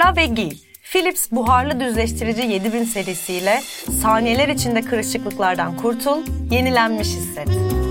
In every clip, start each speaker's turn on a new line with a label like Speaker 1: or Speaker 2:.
Speaker 1: Yıka ve giy. Philips buharlı düzleştirici 7000 serisiyle saniyeler içinde kırışıklıklardan kurtul, yenilenmiş hisset.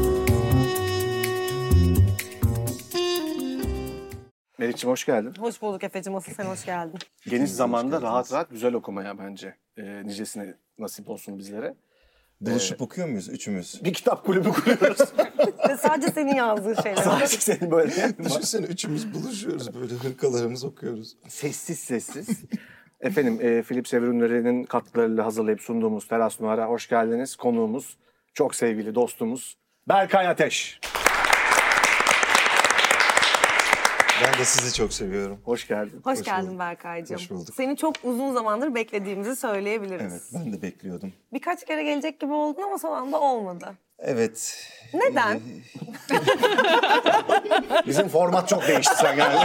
Speaker 2: Meriç'ciğim hoş geldin.
Speaker 1: Hoş bulduk Efe'cim, asıl sen hoş geldin.
Speaker 2: Geniş zamanda rahat rahat güzel okumaya bence. Nicesine nasip olsun bizlere.
Speaker 3: Buluşup okuyor muyuz üçümüz?
Speaker 2: Bir kitap kulübü kuruyoruz.
Speaker 1: Ve sadece senin yazdığın şeyler.
Speaker 2: Sadece senin böyle.
Speaker 3: Düşünsene üçümüz buluşuyoruz böyle hırkalarımızı okuyoruz.
Speaker 2: Sessiz sessiz. Efendim Philips Ev Ürünleri'nin katkılarıyla hazırlayıp sunduğumuz Teras Noir'a hoş geldiniz. Konuğumuz, çok sevgili dostumuz Berkay Ateş.
Speaker 3: Ben de sizi çok seviyorum.
Speaker 2: Hoş geldin.
Speaker 1: Hoş geldin Berkay'cığım.
Speaker 3: Hoş bulduk.
Speaker 1: Seni çok uzun zamandır beklediğimizi söyleyebiliriz.
Speaker 3: Evet, ben de bekliyordum.
Speaker 1: Birkaç kere gelecek gibi oldun ama son anda olmadı.
Speaker 3: Evet.
Speaker 1: Neden?
Speaker 2: Bizim format çok değişti sen geldin.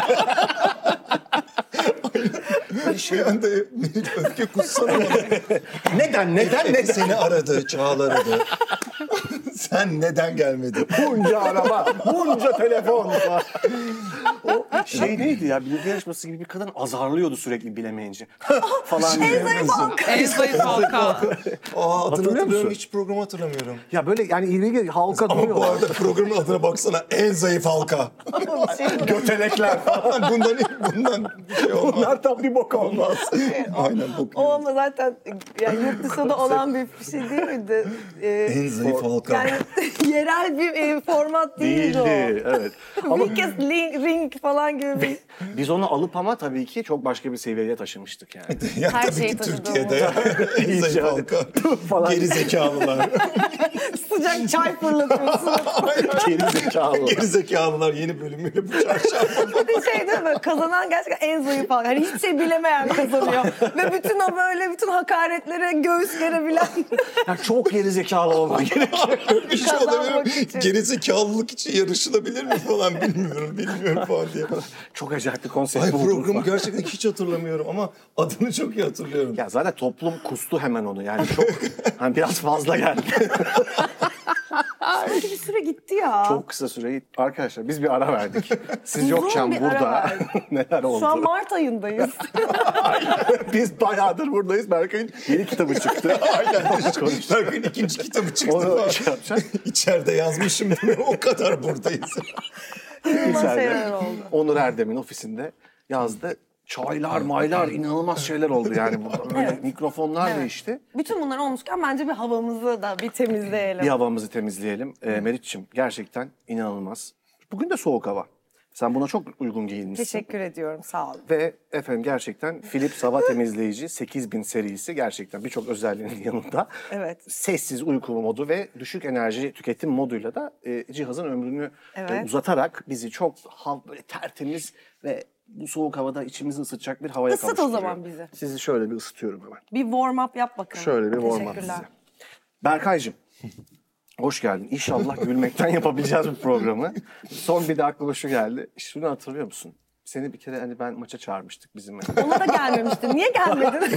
Speaker 3: Bir anda öfke kussana bana.
Speaker 2: Neden?
Speaker 3: Seni aradı, Çağla aradı. Sen neden gelmedin?
Speaker 2: Bunca araba, bunca telefon. O şey neydi ya, bilgi yarışması gibi bir kadın azarlıyordu sürekli bilemeyince. falan diye.
Speaker 4: En zayıf halka.
Speaker 3: Adını hatırlıyorum,
Speaker 2: musun?
Speaker 3: hiç programı hatırlamıyorum.
Speaker 2: Ya böyle yani ilgi halka
Speaker 3: Ama
Speaker 2: duyuyor.
Speaker 3: bu arada programın adına baksana, en zayıf halka.
Speaker 2: Götelekler.
Speaker 3: bundan bir şey olmaz.
Speaker 2: Bunlar tam bir bok olmaz.
Speaker 3: Aynen
Speaker 1: O
Speaker 3: bakıyorum.
Speaker 1: ama zaten yani yurt dışında olan bir şey değil miydi?
Speaker 3: En zayıf halka.
Speaker 1: Yani yerel bir format değildi o.
Speaker 2: Evet. Ama
Speaker 1: Bir kez ring falan gibi bir...
Speaker 2: biz onu alıp ama tabii ki çok başka bir seviyeye taşımıştık yani.
Speaker 3: Ya
Speaker 1: Her
Speaker 3: tabii
Speaker 1: şeyi
Speaker 3: ki
Speaker 1: taşıdığımız.
Speaker 3: Türkiye'de en
Speaker 2: İyice
Speaker 3: zayıf
Speaker 2: hadi.
Speaker 3: halka.
Speaker 2: Falan.
Speaker 3: Geri zekalılar.
Speaker 1: Sıcak çay fırlatıyorsun.
Speaker 2: Geri zekalı.
Speaker 3: Geri zekalılar yeni bölümüyle bu çarşamba.
Speaker 1: Bir şey değil mi? Kazanan gerçekten en zayıf halk. Hani hiçbir şey bilemeyen kazanıyor. Ve bütün o böyle bütün hakaretlere göğüs gerebilen
Speaker 2: Yani çok geri zekalı olman gerekiyor.
Speaker 3: Bir şey
Speaker 1: kazanmak
Speaker 3: olabilir.
Speaker 1: için.
Speaker 3: Gerizekalılık için yarışılabilir mi falan bilmiyorum falan diye.
Speaker 2: Çok acayip bir konsept
Speaker 3: Ay
Speaker 2: bulduk
Speaker 3: programı
Speaker 2: falan.
Speaker 3: gerçekten hiç hatırlamıyorum ama adını çok iyi hatırlıyorum.
Speaker 2: Ya zaten toplum kustu hemen onu yani çok hani biraz fazla geldi.
Speaker 1: sanki bir süre gitti ya.
Speaker 2: Çok kısa süre. Arkadaşlar biz bir ara verdik. Siz
Speaker 1: Uzun
Speaker 2: yokken
Speaker 1: bir ara
Speaker 2: burada
Speaker 1: verdik.
Speaker 2: neler oldu?
Speaker 1: Şu an Mart ayındayız.
Speaker 2: Biz bayağıdır buradayız. Berkay'ın yeni kitabı çıktı.
Speaker 3: Berkay'ın ikinci kitabı çıktı.
Speaker 2: Onu şey yapacak.
Speaker 3: İçeride yazmışım değil mi? O kadar buradayız.
Speaker 1: İnanılmaz şeyler
Speaker 2: İçeride
Speaker 1: oldu.
Speaker 2: Onur Erdem'in ofisinde yazdı. Çaylar, maylar inanılmaz şeyler oldu yani burada. Böyle mikrofonlar değişti.
Speaker 1: Bütün bunlar olmuşken bence bir havamızı da bir temizleyelim.
Speaker 2: Bir havamızı temizleyelim. Meriç'ciğim gerçekten inanılmaz. Bugün de soğuk hava. Sen buna çok uygun giyinmişsin.
Speaker 1: Teşekkür ediyorum, sağ olun.
Speaker 2: Ve efendim gerçekten Philips hava temizleyici 8000 serisi gerçekten birçok özelliğinin yanında.
Speaker 1: Evet.
Speaker 2: Sessiz uyku modu ve düşük enerji tüketim moduyla da cihazın ömrünü
Speaker 1: Evet.
Speaker 2: uzatarak bizi çok böyle tertemiz ve bu soğuk havada içimizi ısıtacak bir havaya
Speaker 1: Isıt o
Speaker 2: kavuşturuyor.
Speaker 1: zaman bizi.
Speaker 2: Sizi şöyle bir ısıtıyorum hemen.
Speaker 1: Bir warm up yap bakalım.
Speaker 2: Şöyle bir warm up
Speaker 1: Teşekkürler.
Speaker 2: size. Berkay'cığım. Hoş geldin. İnşallah gülmekten yapabileceğiz bu programı. Son bir de aklıma şu geldi. Şunu hatırlıyor musun? Seni bir kere hani ben maça çağırmıştık bizim.
Speaker 1: Ona da gelmemiştin. Niye gelmedin?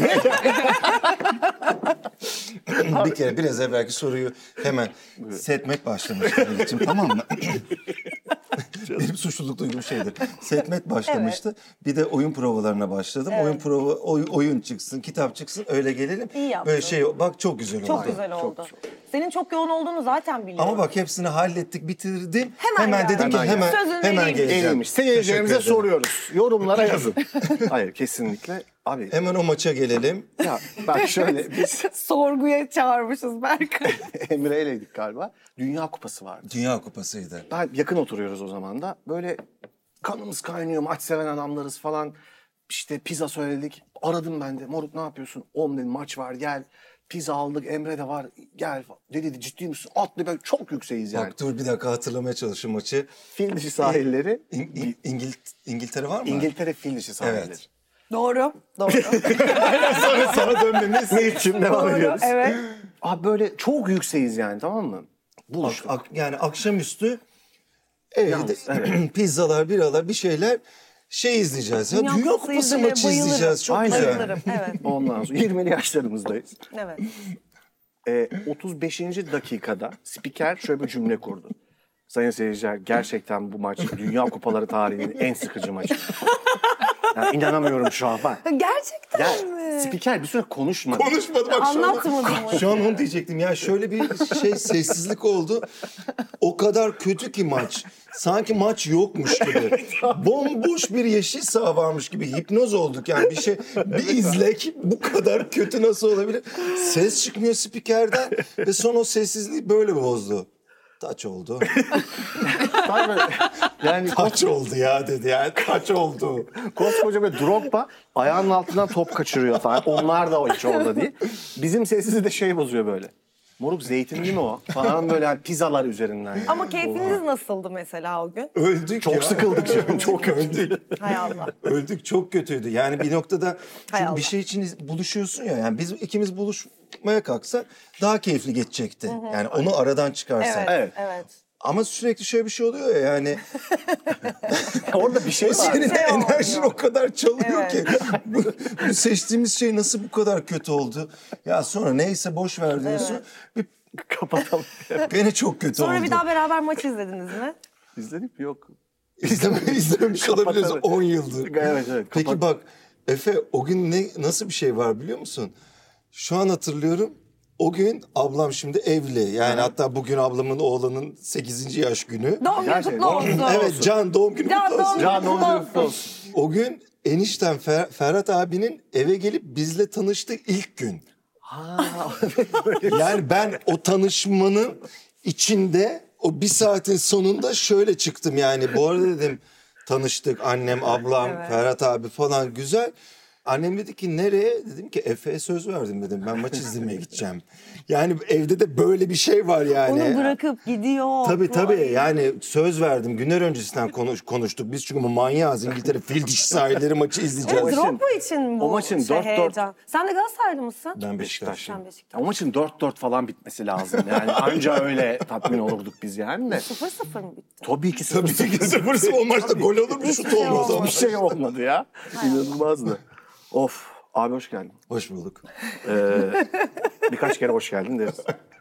Speaker 3: Bir kere biraz evvelki soruyu hemen setmek başlamıştı benim için, tamam mı? Benim suçluluk duyduğum şeydir. Setmet başlamıştı. Bir de oyun provalarına başladım.
Speaker 1: Evet.
Speaker 3: Oyun çıksın, kitap çıksın, öyle gelelim.
Speaker 1: İyi yaptın.
Speaker 3: Böyle şey, bak çok güzel oldu.
Speaker 1: Çok güzel oldu. Senin çok yoğun olduğunu zaten biliyorum.
Speaker 3: Ama bak hepsini hallettik, bitirdim.
Speaker 1: Hemen
Speaker 3: Hemen dedim ki
Speaker 2: Hemen
Speaker 1: Sözünü
Speaker 3: hemen
Speaker 1: vereyim.
Speaker 3: geleceğim.
Speaker 2: Eliymiş. Seyircilerimize
Speaker 3: Teşekkür ederim.
Speaker 2: soruyoruz. Yorumlara yazın. Hayır kesinlikle. Abi
Speaker 3: Hemen o maça gelelim.
Speaker 2: ya bak şöyle biz
Speaker 1: Sorguya çağırmışız Berkay.
Speaker 2: Emre'yleydik galiba. Dünya Kupası vardı.
Speaker 3: Dünya Kupası'ydı.
Speaker 2: Daha yakın oturuyoruz o zaman da. Böyle kanımız kaynıyor, maç seven adamlarız falan. İşte pizza söyledik. Aradım ben de. Moruk ne yapıyorsun? Oğlum dedim maç var gel. Pizza aldık. Emre de var. Gel. Dedi ciddi misin? Atlı böyle çok yükseğiz yani.
Speaker 3: Bak dur bir dakika hatırlamaya çalışayım maçı.
Speaker 2: Fil dişi sahilleri.
Speaker 3: İngiltere var mı?
Speaker 2: İngiltere fil dişi sahilleri.
Speaker 3: Evet.
Speaker 1: Doğru.
Speaker 3: Sana dönmemiz.
Speaker 2: Meriç'im devam ediyoruz.
Speaker 1: Evet.
Speaker 2: Abi böyle çok yükseğiz yani tamam mı? Buluştuk.
Speaker 3: Yani akşamüstü
Speaker 2: Yalnız, evet.
Speaker 3: pizzalar, biralar, bir şeyler izleyeceğiz. Ya, Dünya Kupası
Speaker 1: izlemeye
Speaker 3: maçı
Speaker 1: bayılırım.
Speaker 3: izleyeceğiz. Çok
Speaker 2: Aynen.
Speaker 3: güzel.
Speaker 1: Bayılırım. Evet.
Speaker 2: Ondan sonra 20'li yaşlarımızdayız.
Speaker 1: Evet.
Speaker 2: 35. dakikada spiker şöyle bir cümle kurdu. Sayın seyirciler gerçekten bu maç Dünya Kupaları tarihinin en sıkıcı maçı. Yani inanamıyorum şu an falan.
Speaker 1: Gerçekten
Speaker 2: Ya
Speaker 1: mi?
Speaker 2: spiker bir süre konuşmadı.
Speaker 3: Konuşmadı bak şu an.
Speaker 1: Anlatmadım.
Speaker 3: Şu an onu diyecektim. Ya şöyle bir sessizlik oldu. O kadar kötü ki maç. Sanki maç yokmuş gibi. Bomboş bir yeşil saha varmış gibi hipnoz olduk. Yani bir izlek bu kadar kötü nasıl olabilir? Ses çıkmıyor spikerden ve son o sessizliği böyle bozdu. Taç oldu.
Speaker 2: Yani
Speaker 3: Taç oldu ya dedi yani. Taç oldu.
Speaker 2: koskoca bir Drogba ayağının altından top kaçırıyor falan. Onlar da hiç orada değil. Bizim sessizi de şey bozuyor böyle. Moruk zeytinli mi o? Falan böyle yani pizzalar üzerinden. Yani.
Speaker 1: Ama keyfiniz nasıldı mesela o gün?
Speaker 3: Öldük
Speaker 2: Çok
Speaker 3: ya.
Speaker 2: sıkıldık canım, çok
Speaker 3: öldük.
Speaker 1: Hay Allah.
Speaker 3: Öldük, çok kötüydü. Yani bir noktada
Speaker 1: Hay
Speaker 3: çünkü
Speaker 1: Allah.
Speaker 3: bir şey için buluşuyorsun ya. Yani biz ikimiz buluşmaya kalksak daha keyifli geçecekti. Yani onu aradan çıkarsak.
Speaker 1: Evet,
Speaker 2: Evet.
Speaker 1: evet.
Speaker 3: Ama sürekli şöyle bir şey oluyor ya yani.
Speaker 2: Orada bir şey var.
Speaker 3: Senin
Speaker 1: şey
Speaker 3: enerjin
Speaker 1: olmuyor.
Speaker 3: o kadar çalıyor
Speaker 1: Evet.
Speaker 3: ki. Bu seçtiğimiz şey nasıl bu kadar kötü oldu? Ya sonra neyse boş ver diyorsun. Bir
Speaker 2: Kapatalım.
Speaker 3: gene çok kötü
Speaker 1: Sonra
Speaker 3: oldu.
Speaker 1: bir daha beraber maç izlediniz mi?
Speaker 2: İzledik mi? Yok.
Speaker 3: İzlememiş olabiliriz
Speaker 2: Kapatalım.
Speaker 3: 10 yıldır.
Speaker 2: Evet.
Speaker 3: Peki bak Efe o gün nasıl bir şey var biliyor musun? Şu an hatırlıyorum. O gün ablam şimdi evli. Yani hatta bugün ablamın oğlanın 8. yaş günü.
Speaker 1: Doğum günü
Speaker 2: Gerçekten.
Speaker 1: kutlu olsun.
Speaker 3: Evet Can doğum günü
Speaker 1: Can,
Speaker 3: kutlu olsun.
Speaker 1: doğum
Speaker 2: Can
Speaker 1: günü
Speaker 2: ne
Speaker 1: kutlu
Speaker 2: olur
Speaker 1: olsun.
Speaker 2: olsun.
Speaker 3: O gün enişten Ferhat abinin eve gelip bizle tanıştığı ilk gün. Yani ben o tanışmanın içinde o bir saatin sonunda şöyle çıktım yani. Bu arada dedim tanıştık annem, ablam,
Speaker 1: Evet.
Speaker 3: Ferhat abi falan güzel. Annem dedi ki nereye? Dedim ki Efe'ye söz verdim dedim. Ben maç izlemeye gideceğim. Yani evde de böyle bir şey var yani.
Speaker 1: Onu bırakıp gidiyor.
Speaker 3: Tabii yani söz verdim. Günler öncesinden konuştuk. Biz çünkü manyağız. İngiltere fil dişi sahilleri maçı izleyeceğiz.
Speaker 2: maçın-
Speaker 1: Drogba için bu
Speaker 2: o maçın 4-4
Speaker 1: heyecan. Sen de Galatasaraylı mısın?
Speaker 3: Ben Beşiktaş.
Speaker 1: Sen Beşiktaş.
Speaker 2: O maçın 4-4 falan bitmesi lazım. Yani anca öyle tatmin olurduk biz yani de.
Speaker 1: 0-0 mı bitti?
Speaker 2: Tabii ki
Speaker 3: Tabii ki 0-0 o maçta gol olur mu?
Speaker 1: Hiçbir
Speaker 3: Şut
Speaker 1: şey
Speaker 3: olmaz
Speaker 1: olmadı.
Speaker 3: ama.
Speaker 2: Bir şey olmadı ya. İnanılmazdı. Of. Abi hoş geldin.
Speaker 3: Hoş bulduk.
Speaker 2: Birkaç kere hoş geldin deriz.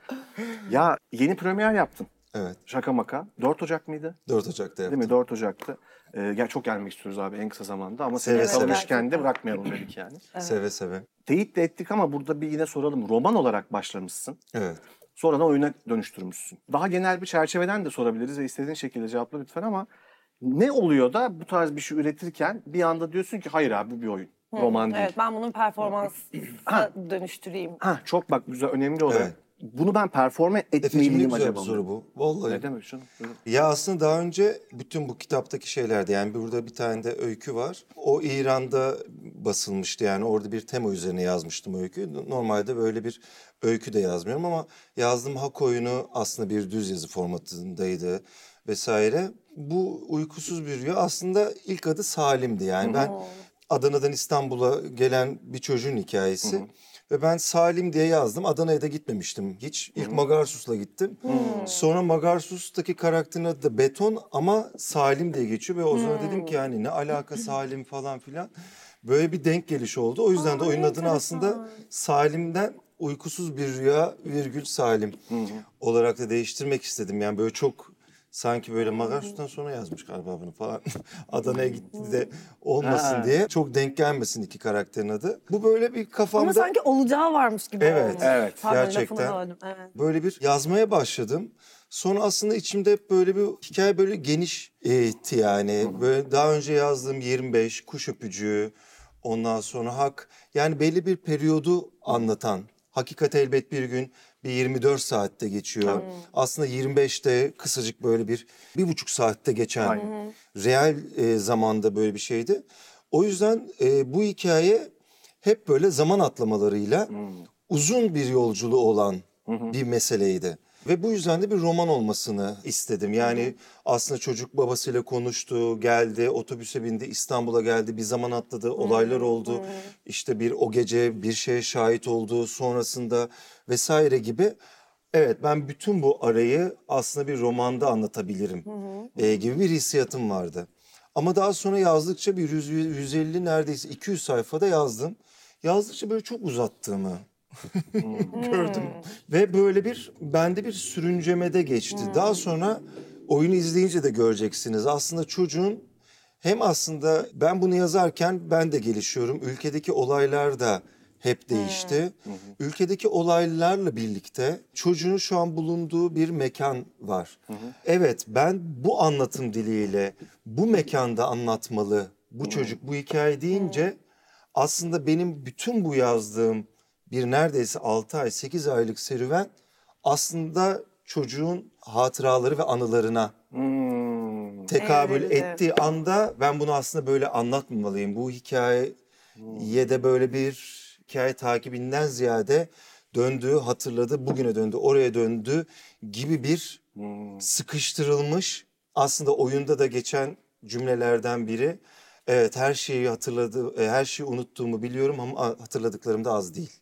Speaker 2: Ya yeni premier yaptın.
Speaker 3: Evet.
Speaker 2: Şaka maka. 4 Ocak mıydı?
Speaker 3: 4 Ocak'ta
Speaker 2: Değil
Speaker 3: yaptım.
Speaker 2: mi? 4 Ocak'tı. Çok gelmek istiyoruz abi en kısa zamanda. Ama
Speaker 3: Seve
Speaker 2: seni
Speaker 3: seve.
Speaker 2: kalmışken de bırakmayalım dedik yani.
Speaker 3: Seve seve.
Speaker 2: Teyit de ettik ama burada bir yine soralım. Roman olarak başlamışsın.
Speaker 3: Evet.
Speaker 2: Sonradan oyuna dönüştürmüşsün. Daha genel bir çerçeveden de sorabiliriz ve istediğin şekilde cevapla lütfen ama ne oluyor da bu tarz bir şey üretirken bir anda diyorsun ki hayır abi bu bir oyun. Roman değil.
Speaker 1: Evet, ben bunun performansa dönüştüreyim.
Speaker 2: Çok bak güzel önemli o da.
Speaker 3: Evet.
Speaker 2: Bunu ben performe
Speaker 3: Efe'cim ne
Speaker 2: etmeliyim
Speaker 3: güzel bir
Speaker 2: acaba.
Speaker 3: soru bu. Vallahi.
Speaker 2: Ne demek canım? Buyurun.
Speaker 3: Ya aslında daha önce bütün bu kitaptaki şeylerde yani burada bir tane de öykü var. O İran'da basılmıştı yani orada bir tema üzerine yazmıştım öyküyü. Normalde böyle bir öykü de yazmıyorum ama yazdığım hak oyunu aslında bir düz yazı formatındaydı vesaire. Bu uykusuz bir rüya aslında ilk adı Salim'di yani ben Adana'dan İstanbul'a gelen bir çocuğun hikayesi. Ve ben Salim diye yazdım. Adana'ya da gitmemiştim hiç. İlk Magarsus'la gittim. Sonra Magarsus'taki karakterin adı da Beton ama Salim diye geçiyor. Ve o zaman dedim ki yani ne alaka Salim falan filan. Böyle bir denk geliş oldu. O yüzden de oyunun adını aslında Salim'den uykusuz bir rüya virgül Salim olarak da değiştirmek istedim. Yani böyle çok sanki böyle Magarsus'tan sonra yazmış galiba bunu falan. Adana'ya gitti de olmasın diye. Çok denk gelmesin iki karakterin adı. Bu böyle bir kafamda...
Speaker 1: Ama sanki olacağı varmış gibi
Speaker 3: Evet,
Speaker 1: olmuş.
Speaker 2: evet,
Speaker 1: Pardon,
Speaker 3: gerçekten.
Speaker 1: lafını böldüm, evet.
Speaker 3: Böyle bir yazmaya başladım. Sonra aslında içimde hep böyle bir hikaye böyle geniş etti yani. Böyle daha önce yazdığım 25, Kuş Öpücüğü, ondan sonra Hak. Yani belli bir periyodu anlatan. Hakikat elbet bir gün bir 24 saatte geçiyor. Aslında 25'te kısacık böyle bir buçuk saatte geçen
Speaker 2: Aynen.
Speaker 3: real zamanda böyle bir şeydi. O yüzden bu hikaye hep böyle zaman atlamalarıyla uzun bir yolculuğu olan bir meseleydi. Ve bu yüzden de bir roman olmasını istedim. Yani aslında çocuk babasıyla konuştu, geldi, otobüse bindi, İstanbul'a geldi, bir zaman atladı, olaylar oldu. İşte o gece bir şeye şahit oldu, sonrasında vesaire gibi. Evet ben bütün bu arayı aslında bir romanda anlatabilirim gibi bir hissiyatım vardı. Ama daha sonra yazdıkça bir 150 neredeyse 200 sayfada yazdım. Yazdıkça böyle çok uzattığımı gördüm. Ve böyle bende bir sürüncemede geçti. Daha sonra oyunu izleyince de göreceksiniz. Aslında çocuğun hem aslında ben bunu yazarken ben de gelişiyorum. Ülkedeki olaylar da hep değişti. Ülkedeki olaylarla birlikte çocuğun şu an bulunduğu bir mekan var. Evet, ben bu anlatım diliyle bu mekanda anlatmalı bu çocuk bu hikaye deyince aslında benim bütün bu yazdığım bir neredeyse 6 ay 8 aylık serüven aslında çocuğun hatıraları ve anılarına tekabül
Speaker 1: Evrildi.
Speaker 3: ettiği anda ben bunu aslında böyle anlatmamalıyım. Bu hikayeye de böyle bir hikaye takibinden ziyade döndü, hatırladı, bugüne döndü, oraya döndü gibi bir sıkıştırılmış aslında oyunda da geçen cümlelerden biri. Evet, her şeyi hatırladı, her şeyi unuttuğumu biliyorum ama hatırladıklarım da az değil.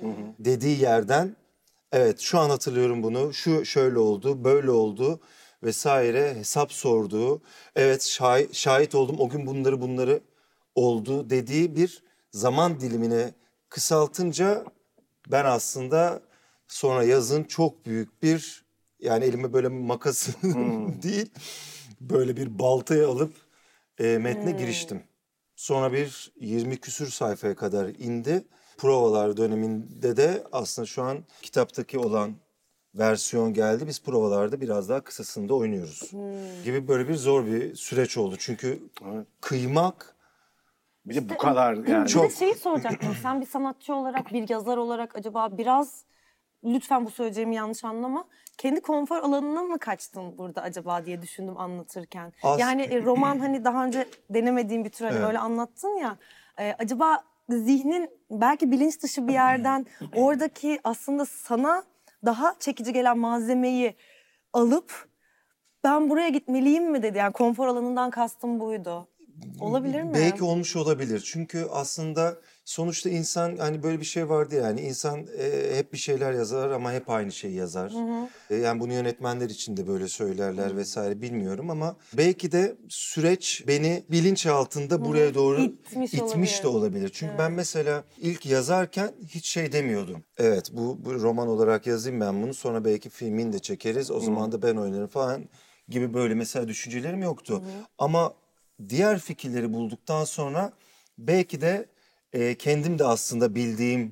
Speaker 3: Dediği yerden evet şu an hatırlıyorum bunu, şu şöyle oldu, böyle oldu vesaire hesap sorduğu, evet şahit oldum o gün bunları oldu dediği bir zaman dilimine kısaltınca ben aslında sonra yazın çok büyük bir yani elime böyle makası değil böyle bir baltayı alıp metne giriştim. Sonra bir 20 küsür sayfaya kadar indi. Provalar döneminde de aslında şu an kitaptaki olan versiyon geldi. Biz provalarda biraz daha kısasında oynuyoruz. Gibi böyle bir zor bir süreç oldu. Çünkü kıymak
Speaker 2: Bir de bu kadar yani.
Speaker 1: Bir de şeyi soracaktım. Sen bir sanatçı olarak, bir yazar olarak acaba biraz, lütfen bu söyleyeceğimi yanlış anlama, kendi konfor alanına mı kaçtın burada acaba diye düşündüm anlatırken. Yani roman hani daha önce denemediğim bir tür hani öyle anlattın ya. Acaba zihnin belki bilinç dışı bir yerden oradaki aslında sana daha çekici gelen malzemeyi alıp ben buraya gitmeliyim mi dedi. Yani konfor alanından kastım buydu. Olabilir mi?
Speaker 3: belki olmuş olabilir. Çünkü aslında sonuçta insan hani böyle bir şey vardı yani insan hep bir şeyler yazar ama hep aynı şeyi yazar. Yani bunu yönetmenler için de böyle söylerler vesaire bilmiyorum ama belki de süreç beni bilinçaltında buraya doğru itmiş de olabilir. Çünkü ben mesela ilk yazarken hiç şey demiyordum. Evet bu roman olarak yazayım ben bunu sonra belki filmini de çekeriz o zaman da ben oynarım falan gibi böyle mesela düşüncelerim yoktu. Ama diğer fikirleri bulduktan sonra belki de kendim de aslında bildiğim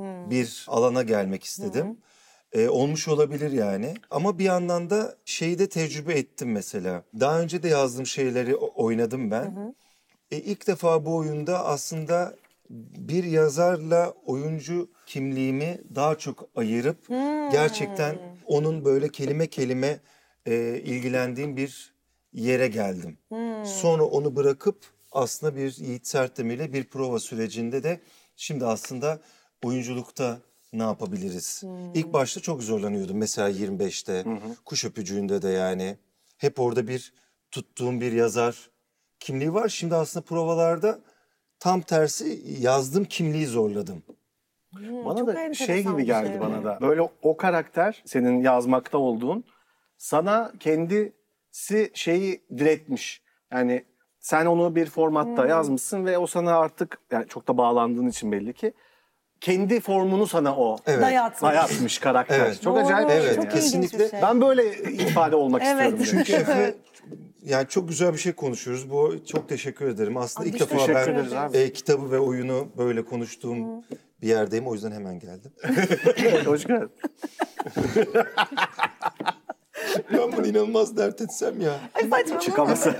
Speaker 3: bir alana gelmek istedim. Olmuş olabilir yani. Ama bir yandan da şeyi de tecrübe ettim mesela. Daha önce de yazdığım şeyleri oynadım ben. İlk defa bu oyunda aslında bir yazarla oyuncu kimliğimi daha çok ayırıp gerçekten onun böyle kelime kelime ilgilendiğim bir yere geldim. Sonra onu bırakıp aslında bir Yiğit Sertdemir bir prova sürecinde de şimdi aslında oyunculukta ne yapabiliriz? İlk başta çok zorlanıyordum mesela 25'te, Kuş Öpücüğü'nde de yani. Hep orada bir tuttuğum bir yazar kimliği var. Şimdi aslında provalarda tam tersi yazdığım kimliği zorladım.
Speaker 2: Bana
Speaker 1: çok
Speaker 2: da şey
Speaker 1: enteresan
Speaker 2: gibi
Speaker 1: bir
Speaker 2: geldi
Speaker 1: şey
Speaker 2: bana
Speaker 1: bu.
Speaker 2: da. Böyle o karakter senin yazmakta olduğun sana kendisi şeyi diretmiş. Yani sen onu bir formatta yazmışsın ve o sana artık yani çok da bağlandığın için belli ki kendi formunu sana o
Speaker 3: Evet.
Speaker 2: dayatmış karakter.
Speaker 3: Evet.
Speaker 2: Çok
Speaker 1: Doğru,
Speaker 2: acayip bir şey.
Speaker 3: Evet,
Speaker 1: çok
Speaker 2: yani.
Speaker 1: ilginç bir
Speaker 3: kesinlikle.
Speaker 1: şey.
Speaker 2: Ben böyle ifade olmak istiyorum.
Speaker 3: Çünkü
Speaker 2: demiş.
Speaker 3: Efe yani çok güzel bir şey konuşuyoruz. Bu çok teşekkür ederim. Aslında
Speaker 1: Ay,
Speaker 3: ilk
Speaker 1: biz
Speaker 3: defa
Speaker 2: teşekkür
Speaker 3: ben
Speaker 2: ederiz abi.
Speaker 3: kitabı ve oyunu böyle konuştuğum bir yerdeyim. O yüzden hemen geldim.
Speaker 2: Hoş geldin.
Speaker 3: Ben bunu inanılmaz dert etsem ya.
Speaker 1: Ay saçmalama.
Speaker 2: Çıkamasın.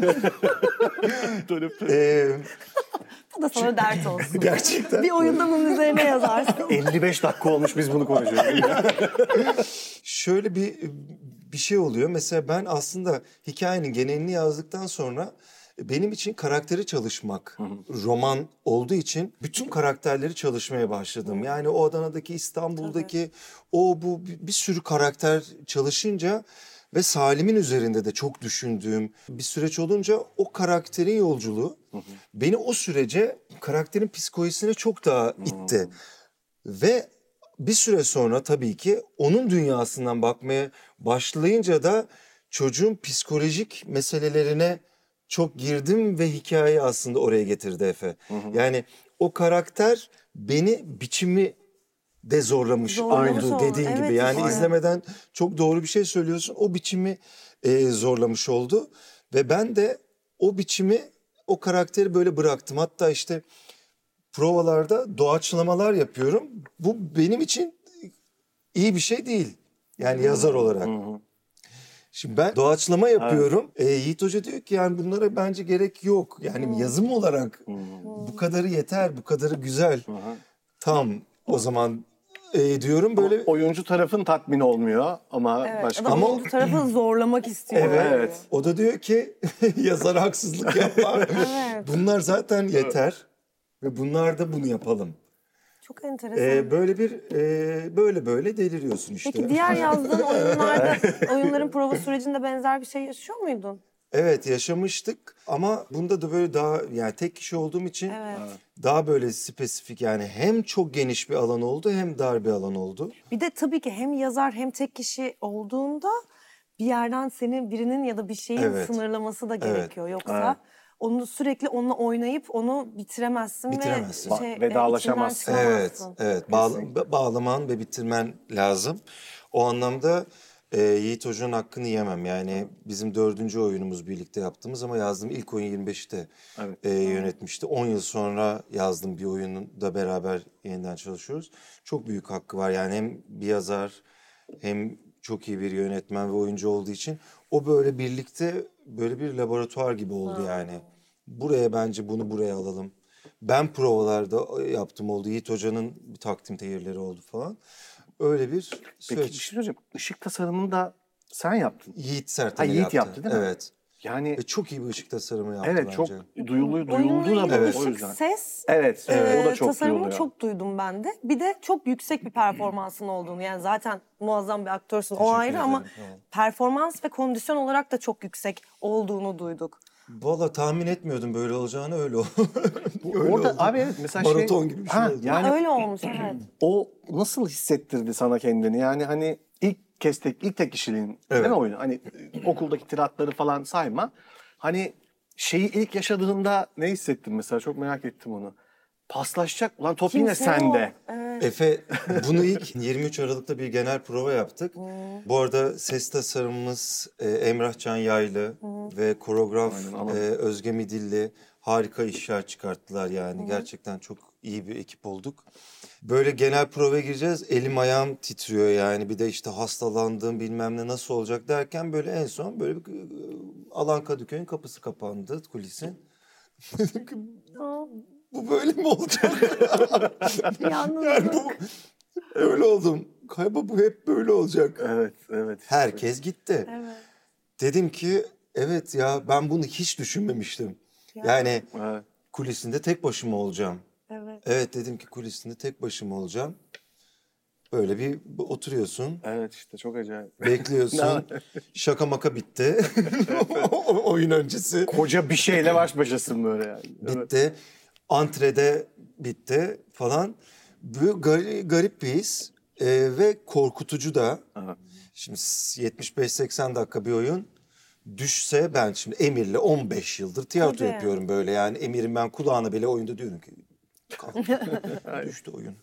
Speaker 1: Bu da sana dert olsun.
Speaker 3: Gerçekten.
Speaker 1: Bir oyunda bunun üzerine yazarsın.
Speaker 2: 55 dakika olmuş biz bunu konuşuyoruz.
Speaker 3: Şöyle bir şey oluyor. Mesela ben aslında hikayenin genelini yazdıktan sonra benim için karakteri çalışmak roman olduğu için bütün karakterleri çalışmaya başladım. Yani o Adana'daki, İstanbul'daki bu bir sürü karakter çalışınca ve Salim'in üzerinde de çok düşündüğüm bir süreç olunca o karakterin yolculuğu beni o sürece karakterin psikolojisine çok daha itti. Ve bir süre sonra tabii ki onun dünyasından bakmaya başlayınca da çocuğun psikolojik meselelerine çok girdim ve hikayeyi aslında oraya getirdi Efe. Yani o karakter beni biçimi de zorlamış
Speaker 1: Zorlamış
Speaker 3: oldu
Speaker 1: oldu.
Speaker 3: dediğin
Speaker 1: Evet,
Speaker 3: gibi. Yani
Speaker 1: işte.
Speaker 3: izlemeden çok doğru bir şey söylüyorsun. O biçimi zorlamış oldu ve ben de o biçimi o karakteri böyle bıraktım. Hatta işte provalarda doğaçlamalar yapıyorum. Bu benim için iyi bir şey değil. Yani yazar olarak. Şimdi ben doğaçlama yapıyorum. Yiğit Hoca diyor ki yani bunlara bence gerek yok. Yani yazım olarak bu kadarı yeter, bu kadarı güzel. Tamam o zaman diyorum böyle.
Speaker 2: Oyuncu tarafın tatmin olmuyor ama
Speaker 1: Evet,
Speaker 2: başka...
Speaker 1: ama oyuncu tarafı zorlamak istiyor.
Speaker 2: Evet.
Speaker 3: O da diyor ki yazara haksızlık yapma.
Speaker 1: Evet.
Speaker 3: Bunlar zaten yeter ve bunlar da bunu yapalım.
Speaker 1: Çok enteresan.
Speaker 3: Böyle deliriyorsun işte.
Speaker 1: Peki diğer yazdığın oyunların prova sürecinde benzer bir şey yaşıyor muydun?
Speaker 3: Evet yaşamıştık ama bunda da böyle daha yani tek kişi olduğum için daha böyle spesifik yani hem çok geniş bir alan oldu hem dar bir alan oldu.
Speaker 1: Bir de tabii ki hem yazar hem tek kişi olduğunda bir yerden senin birinin ya da bir şeyin sınırlaması da gerekiyor. Yoksa onu sürekli onunla oynayıp onu bitiremezsin.
Speaker 3: Bitiremezsin.
Speaker 1: Ve
Speaker 2: Vedalaşamazsın.
Speaker 3: Evet. Bağlaman ve bitirmen lazım. O anlamda Yiğit Hoca'nın hakkını yemem. Yani bizim 4. oyunumuz birlikte yaptığımız ama yazdığım ilk oyun 25'te yönetmişti. 10 yıl sonra yazdığım bir oyunu da beraber yeniden çalışıyoruz. Çok büyük hakkı var. Yani hem bir yazar hem çok iyi bir yönetmen ve oyuncu olduğu için o böyle birlikte böyle bir laboratuvar gibi oldu yani. Buraya bence bunu buraya alalım. Ben provalarda yaptım oldu. Yiğit Hoca'nın bir takdim tehirleri oldu falan. Öyle bir
Speaker 2: Peki bir
Speaker 3: süreç.
Speaker 2: şey söyleyeceğim. Işık tasarımını da sen yaptın.
Speaker 3: Yiğit Sertemel
Speaker 2: Yiğit yaptı değil mi?
Speaker 3: Evet.
Speaker 2: Yani
Speaker 3: Ve çok iyi bir ışık tasarımı yaptı
Speaker 2: evet
Speaker 3: bence.
Speaker 2: çok duyuldu
Speaker 1: Oyunun
Speaker 2: da bu o
Speaker 1: ışık,
Speaker 2: yüzden.
Speaker 1: ses
Speaker 2: Evet, o da çok
Speaker 1: tasarımını
Speaker 2: duyuluyor.
Speaker 1: çok duydum ben de. Bir de çok yüksek bir performansın olduğunu. Yani zaten muazzam bir aktörsün o ayrı ama performans ve kondisyon olarak da çok yüksek olduğunu duyduk.
Speaker 3: Valla tahmin etmiyordum böyle olacağını öyle oldu.
Speaker 2: Orada abi evet mesela
Speaker 3: Maraton gibi bir şey oldu.
Speaker 2: Yani
Speaker 1: Öyle olmuş evet.
Speaker 2: o nasıl hissettirdi sana kendini? Yani hani ilk tek kişiliğin değil mi oyunu? Hani okuldaki tiratları falan sayma. Hani şeyi ilk yaşadığında ne hissettin mesela? Çok merak ettim onu. Paslaşacak. Ulan top yine
Speaker 1: Kimse yok.
Speaker 2: sende.
Speaker 1: Evet.
Speaker 3: Efe bunu ilk 23 Aralık'ta bir genel prova yaptık. Bu arada ses tasarımımız Emrah Can Yaylı ve koreograf Özge Midilli harika işler çıkarttılar yani. Gerçekten çok iyi bir ekip olduk. Böyle genel provaya gireceğiz. Elim ayağım titriyor yani. Bir de işte hastalandım bilmem ne nasıl olacak derken böyle en son böyle bir Alan Kadıköy'ün kapısı kapandı kulisin. Dedim ki bu böyle mi olacak? Yani öyle oldum. Galiba bu hep böyle olacak.
Speaker 2: Evet.
Speaker 3: Herkes gitti.
Speaker 1: Evet.
Speaker 3: Dedim ki evet ya ben bunu hiç düşünmemiştim. Yani
Speaker 2: Evet.
Speaker 3: kulisinde tek başıma olacağım.
Speaker 1: Evet.
Speaker 3: Evet dedim ki kulisinde tek başıma olacağım. Böyle bir oturuyorsun.
Speaker 2: Evet işte çok acayip.
Speaker 3: Bekliyorsun. Şaka maka bitti. Oyun öncesi.
Speaker 2: Koca bir şeyle baş başasın böyle yani.
Speaker 3: Bitti. Antrede bitti falan. Bu garip bir his ve korkutucu da.
Speaker 2: Aha.
Speaker 3: Şimdi 75-80 dakika bir oyun. Düşse ben şimdi Emir'le 15 yıldır tiyatro
Speaker 1: Tabii.
Speaker 3: yapıyorum böyle yani. Emir'in ben kulağına bile oyunda diyorum ki düştü oyun.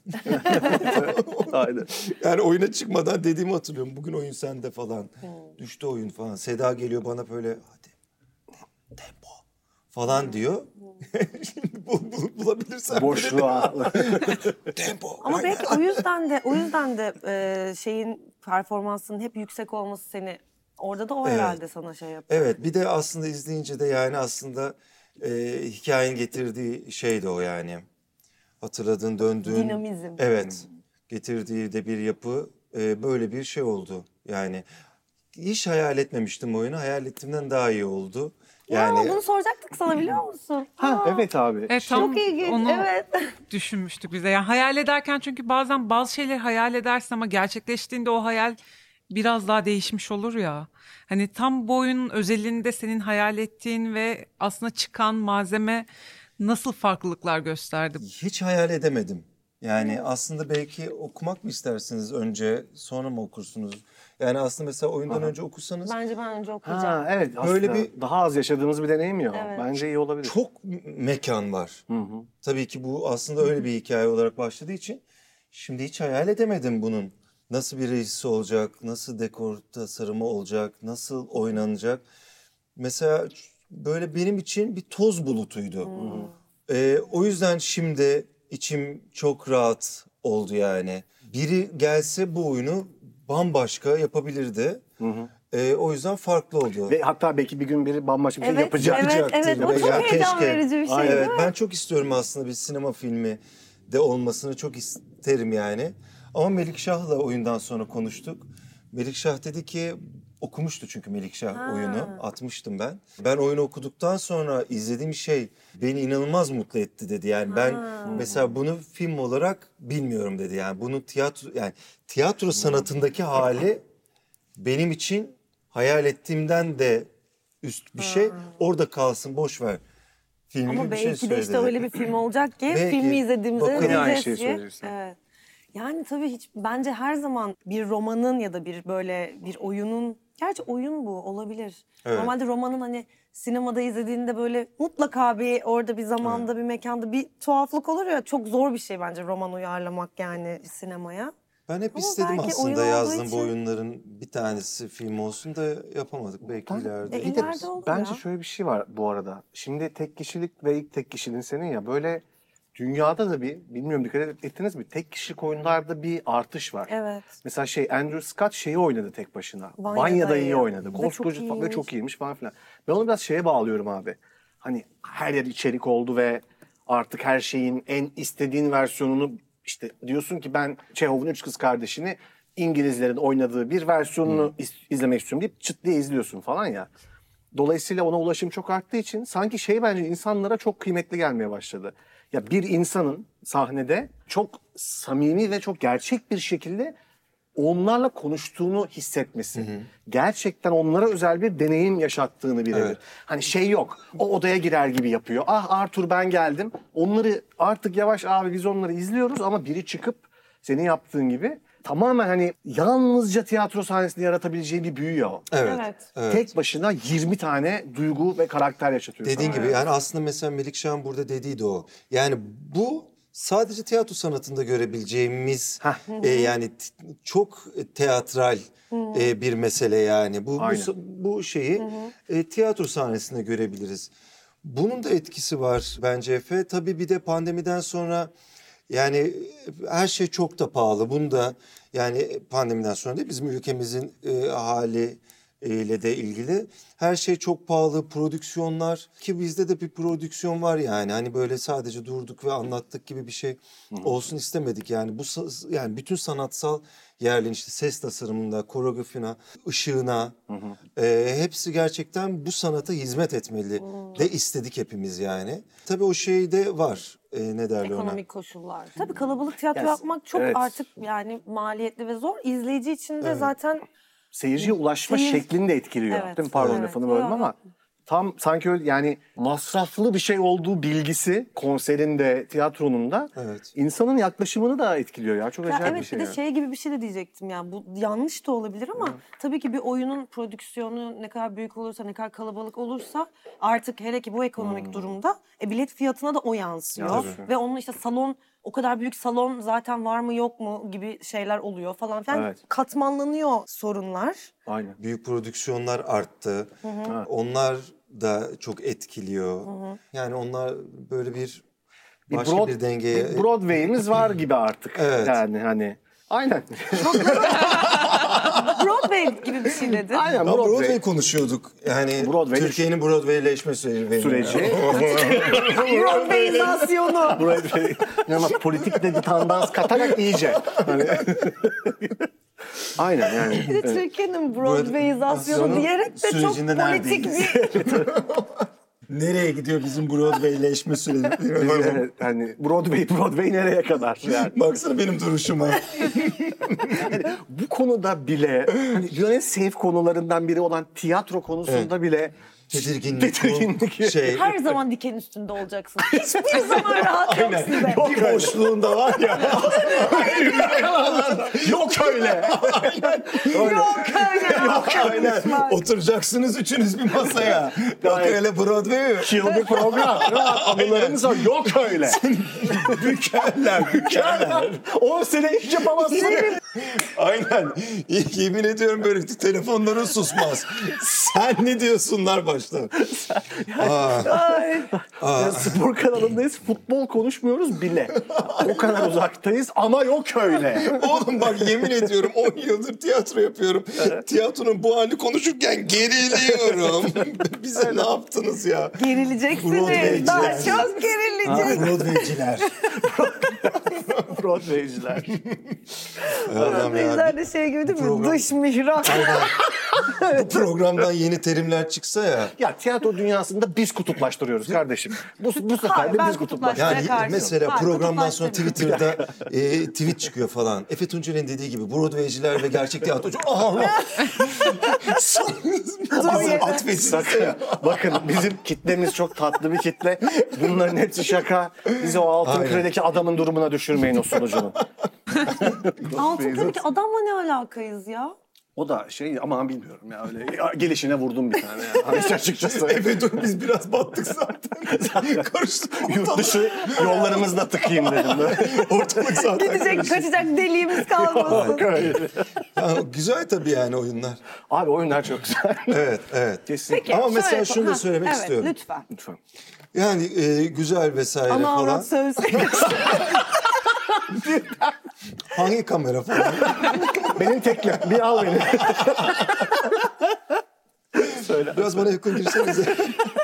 Speaker 2: Aynen.
Speaker 3: Yani oyuna çıkmadan dediğimi hatırlıyorum. Bugün oyun sende falan. Düştü oyun falan. Seda geliyor bana böyle hadi tempo falan diyor. Şimdi bulabilirsem
Speaker 2: Boşluğa.
Speaker 3: tempo.
Speaker 1: Ama
Speaker 3: aynen.
Speaker 1: belki o yüzden de şeyin performansının hep yüksek olması seni orada da o herhalde sana şey yapıyor.
Speaker 3: Evet bir de aslında izleyince de yani aslında hikayenin getirdiği şey de o yani. Hatırladığın döndüğün.
Speaker 1: Dinamizm.
Speaker 3: Evet getirdiği de bir yapı böyle bir şey oldu. Yani hiç hayal etmemiştim oyunu. Hayal ettiğimden daha iyi oldu. Yani
Speaker 1: Ya bunu soracaktık sana biliyor musun?
Speaker 2: Evet abi.
Speaker 4: Evet, tam
Speaker 1: Çok ilginç.
Speaker 4: onu
Speaker 1: Evet.
Speaker 4: düşünmüştük biz de. Yani hayal ederken çünkü bazen bazı şeyleri hayal edersin ama gerçekleştiğinde o hayal biraz daha değişmiş olur ya. Hani tam bu oyunun özelliğinde senin hayal ettiğin ve aslında çıkan malzeme nasıl farklılıklar gösterdi?
Speaker 3: hiç hayal edemedim. Yani aslında belki okumak mı istersiniz önce sonra mı okursunuz? Yani aslında mesela oyundan önce okusanız
Speaker 1: Bence ben önce okuyacağım.
Speaker 2: Ha evet aslında
Speaker 3: Böyle bir-
Speaker 2: daha az yaşadığımız bir deneyim ya.
Speaker 1: Evet.
Speaker 2: Bence iyi olabilir.
Speaker 3: çok mekan var. Tabii ki bu aslında öyle bir hikaye olarak başladığı için şimdi hiç hayal edemedim bunun. Nasıl bir rejisi olacak, nasıl dekor tasarımı olacak, nasıl oynanacak. Mesela böyle benim için bir toz bulutuydu. O yüzden şimdi içim çok rahat oldu yani. Biri gelse bu oyunu bambaşka yapabilirdi. O yüzden farklı oldu.
Speaker 2: Ve hatta belki bir gün biri bambaşka bir şey
Speaker 1: Evet,
Speaker 2: yapacak.
Speaker 1: evet, o çok
Speaker 3: Ya
Speaker 1: heyecan
Speaker 3: keşke.
Speaker 1: verici bir şey.
Speaker 3: Evet,
Speaker 1: değil mi?
Speaker 3: ben çok istiyorum aslında bir sinema filmi de olmasını çok isterim yani. Ama Melikşah'la oyundan sonra konuştuk. Melikşah dedi ki, okumuştu çünkü Melikşah oyunu, atmıştım ben. Ben oyunu okuduktan sonra izlediğim şey beni inanılmaz mutlu etti dedi. Yani ben mesela bunu film olarak bilmiyorum dedi. Yani bunun tiyatro sanatındaki hali benim için hayal ettiğimden de üst bir şey. Orada kalsın, boş ver. Film
Speaker 1: Ama
Speaker 3: gibi bir
Speaker 1: belki
Speaker 3: şey
Speaker 1: de
Speaker 3: söyledi.
Speaker 1: işte öyle bir film olacak ki
Speaker 3: Belki.
Speaker 1: filmi izlediğimizde
Speaker 3: Bakalım.
Speaker 2: Yine aynı
Speaker 1: diyeceğiz
Speaker 2: şeyi
Speaker 1: ki.
Speaker 2: söylüyorsun.
Speaker 1: Evet. Yani tabii bence her zaman bir romanın ya da bir böyle bir oyunun, gerçi oyun bu olabilir.
Speaker 3: Evet.
Speaker 1: Normalde romanın hani sinemada izlediğinde böyle mutlaka bir orada bir zamanda bir mekanda bir tuhaflık olur ya, çok zor bir şey bence roman uyarlamak yani sinemaya.
Speaker 3: Ben hep
Speaker 1: Ama
Speaker 3: istedim
Speaker 1: belki oyun
Speaker 3: aslında
Speaker 1: olduğu
Speaker 3: yazdığım bu
Speaker 1: için-
Speaker 3: oyunların bir tanesi film olsun da yapamadık belki ileride.
Speaker 1: Bir de İleride olur
Speaker 2: Bence
Speaker 1: ya.
Speaker 2: şöyle bir şey var bu arada. Şimdi tek kişilik ve ilk tek kişiliğin senin ya, böyle dünyada da bilmiyorum dikkat ettiniz mi? Tek kişilik oyunlarda bir artış var.
Speaker 1: Evet.
Speaker 2: Mesela Andrew Scott şeyi oynadı tek başına.
Speaker 1: Vanya
Speaker 2: Vanya dayıyı
Speaker 1: Dayı.
Speaker 2: oynadı.
Speaker 1: Ve çok
Speaker 2: Koskoca ve
Speaker 1: iyiymiş.
Speaker 2: çok iyiymiş falan filan. Ben onu biraz şeye bağlıyorum abi. Hani her yer içerik oldu ve artık her şeyin en istediğin versiyonunu işte diyorsun ki ben Çehov'un Üç Kız Kardeşini İngilizlerin oynadığı bir versiyonunu izlemek istiyorum deyip çıt diye izliyorsun falan ya. Dolayısıyla ona ulaşım çok arttığı için sanki bence insanlara çok kıymetli gelmeye başladı. Ya bir insanın sahnede çok samimi ve çok gerçek bir şekilde onlarla konuştuğunu hissetmesi. Gerçekten onlara özel bir deneyim yaşattığını birebir.
Speaker 3: Evet.
Speaker 2: Hani yok. O odaya girer gibi yapıyor. Ah Arthur ben geldim. Onları artık yavaş abi biz onları izliyoruz ama biri çıkıp senin yaptığın gibi tamamen hani yalnızca tiyatro sahnesinde yaratabileceği bir büyü ya o.
Speaker 3: Evet.
Speaker 1: Evet.
Speaker 3: Evet.
Speaker 2: Tek başına 20 tane duygu ve karakter yaşatıyor.
Speaker 3: Dediğin
Speaker 2: sana.
Speaker 3: gibi yani aslında mesela Melikşah'ın burada dediği de o. Yani bu sadece tiyatro sanatında görebileceğimiz yani çok teatral bir mesele yani. Bu şeyi tiyatro sahnesinde görebiliriz. Bunun da etkisi var bence Efe. Tabii bir de pandemiden sonra yani her şey çok da pahalı. Bunu da yani pandemiden sonra değil bizim ülkemizin hali ile de ilgili. Her şey çok pahalı, prodüksiyonlar ki bizde de bir prodüksiyon var yani. Hani böyle sadece durduk ve anlattık gibi bir şey olsun istemedik yani. Bu yani bütün sanatsal yerlerin işte ses tasarımında, koreografina, ışığına hepsi gerçekten bu sanata hizmet etmeli de istedik hepimiz yani. Tabii o şey de var. Ne derler ona?
Speaker 1: Ekonomik koşullar. Tabii kalabalık tiyatro
Speaker 2: Yes.
Speaker 1: yapmak çok
Speaker 2: Evet.
Speaker 1: artık yani maliyetli ve zor. İzleyici için de zaten
Speaker 2: Seyirciye ulaşma şeklini de etkiliyor.
Speaker 1: Evet,
Speaker 2: Değil mi? Pardon
Speaker 1: evet.
Speaker 2: lafını böldüm ama tam sanki öyle yani masraflı bir şey olduğu bilgisi konserin de tiyatronun da
Speaker 3: Evet.
Speaker 2: insanın yaklaşımını da etkiliyor ya. Çok
Speaker 1: Ya
Speaker 2: acayip
Speaker 1: evet
Speaker 2: bir şey.
Speaker 1: bir de
Speaker 2: ya.
Speaker 1: şey gibi bir şey de diyecektim yani bu yanlış da olabilir ama tabii ki bir oyunun prodüksiyonu ne kadar büyük olursa ne kadar kalabalık olursa artık hele ki bu ekonomik durumda bilet fiyatına da o yansıyor.
Speaker 2: Yansıyor.
Speaker 1: Ve onun işte salon o kadar büyük salon zaten var mı yok mu gibi şeyler oluyor falan filan.
Speaker 2: Evet.
Speaker 1: Katmanlanıyor sorunlar.
Speaker 2: Aynen.
Speaker 3: Büyük prodüksiyonlar arttı. Onlar da çok etkiliyor. Yani onlar böyle bir başka bir dengeye...
Speaker 2: bir Broadway'imiz var gibi artık.
Speaker 3: Evet.
Speaker 2: Yani hani. Aynen.
Speaker 1: Broadway gibi bir şey dedi.
Speaker 2: Aynen
Speaker 3: Ya Broadway
Speaker 2: Broadway
Speaker 3: konuşuyorduk. Yani
Speaker 2: Broadway-
Speaker 3: Türkiye'nin Broadway'leşme
Speaker 2: süreci.
Speaker 1: Broadway'izasyonu.
Speaker 2: Broadway. Ama politik de bir tandans katarak iyice. Hani. Aynen yani.
Speaker 1: Bir de Türkiye'nin Broadway'izasyonu diyerek de çok
Speaker 3: sürecinde
Speaker 1: politik
Speaker 3: neredeyiz?
Speaker 1: bir...
Speaker 3: Nereye gidiyor bizim Broadway'leşme süreci?
Speaker 2: Evet, hani Broadway nereye kadar yani.
Speaker 3: Baksana benim duruşuma.
Speaker 2: Bu konuda bile hani dünyanın en safe konularından biri olan tiyatro konusunda bile
Speaker 3: Tedirginlik. Şey,
Speaker 1: Her zaman diken üstünde olacaksın. Hiçbir zaman rahat yok size.
Speaker 3: bir boşluğunda var ya.
Speaker 2: yok öyle.
Speaker 1: Yok öyle.
Speaker 3: Aynen. Oturacaksınız üçünüz bir masaya. Yok öyle Broadway.
Speaker 2: Çılgın program. Anılarımız var. Yok öyle.
Speaker 3: Bükerler.
Speaker 2: 10 sene hiç yapamazsın.
Speaker 3: Aynen. Yemin ediyorum böyle telefonların susmaz. Sen ne diyorsunlar başta?
Speaker 2: Ya spor kanalındayız, futbol konuşmuyoruz bile. O kadar uzaktayız ama yok öyle.
Speaker 3: Oğlum bak yemin ediyorum 10 yıldır tiyatro yapıyorum. Tiyatronun bu halini konuşurken geriliyorum. Bize ne yaptınız ya?
Speaker 1: Gerileceksiniz.
Speaker 3: Broadway'ciler.
Speaker 1: Daha çok gerilecek.
Speaker 3: Broadway'ciler.
Speaker 2: Broadway'ciler.
Speaker 3: Adam
Speaker 1: Ne
Speaker 3: ya.
Speaker 1: güzel de şey gibi değil mi?
Speaker 3: program-
Speaker 1: Dış mihrak.
Speaker 3: Bu programdan yeni terimler çıksa ya.
Speaker 2: Ya tiyatro dünyasında biz kutuplaştırıyoruz kardeşim. Bu sefer
Speaker 1: Hayır,
Speaker 2: de
Speaker 1: ben
Speaker 2: biz kutuplaştırıyoruz.
Speaker 3: Yani
Speaker 1: karşıyım.
Speaker 3: mesela
Speaker 1: Hayır,
Speaker 3: programdan sonra
Speaker 1: kutuplaştırma.
Speaker 3: Twitter'da tweet çıkıyor falan. Efe Tunçer'in dediği gibi Broadway'ciler ve gerçek tiyatrocu. Allah! Bizim atfetsiniz.
Speaker 2: Sakın. Bakın bizim kitlemiz çok tatlı bir kitle. Bunların hepsi şaka. Bizi o altın
Speaker 3: Aynen.
Speaker 2: küredeki adamın durumuna düşürmeyin o sunucunun.
Speaker 1: Altın Küre'deki adamla ne alakayız ya?
Speaker 2: O da şey ama bilmiyorum ya öyle gelişine vurdum bir tane ya. Hani açıkçası.
Speaker 3: Efe dur biz biraz battık zaten. Karıştık
Speaker 2: Yurt
Speaker 3: ortalık.
Speaker 2: dışı yollarımızla tıkayım dedim.
Speaker 3: Ortalık zaten
Speaker 1: Gidecek,
Speaker 3: karıştı.
Speaker 1: kaçacak deliğimiz kalmasın.
Speaker 3: Ya, güzel tabii yani oyunlar.
Speaker 2: Abi oyunlar çok güzel.
Speaker 3: Evet, evet.
Speaker 2: Kesinlikle.
Speaker 3: Ama
Speaker 1: Şöyle
Speaker 3: mesela
Speaker 1: yapalım.
Speaker 3: şunu da
Speaker 1: Ha,
Speaker 3: söylemek
Speaker 1: evet,
Speaker 3: istiyorum.
Speaker 1: Lütfen.
Speaker 2: Lütfen.
Speaker 3: Yani güzel vesaire
Speaker 1: Ana
Speaker 3: falan.
Speaker 1: avrat söz.
Speaker 3: Hangi kamera falan?
Speaker 2: Benim teklif. Bir al beni. Söyle.
Speaker 3: Biraz bana yakın girsenize.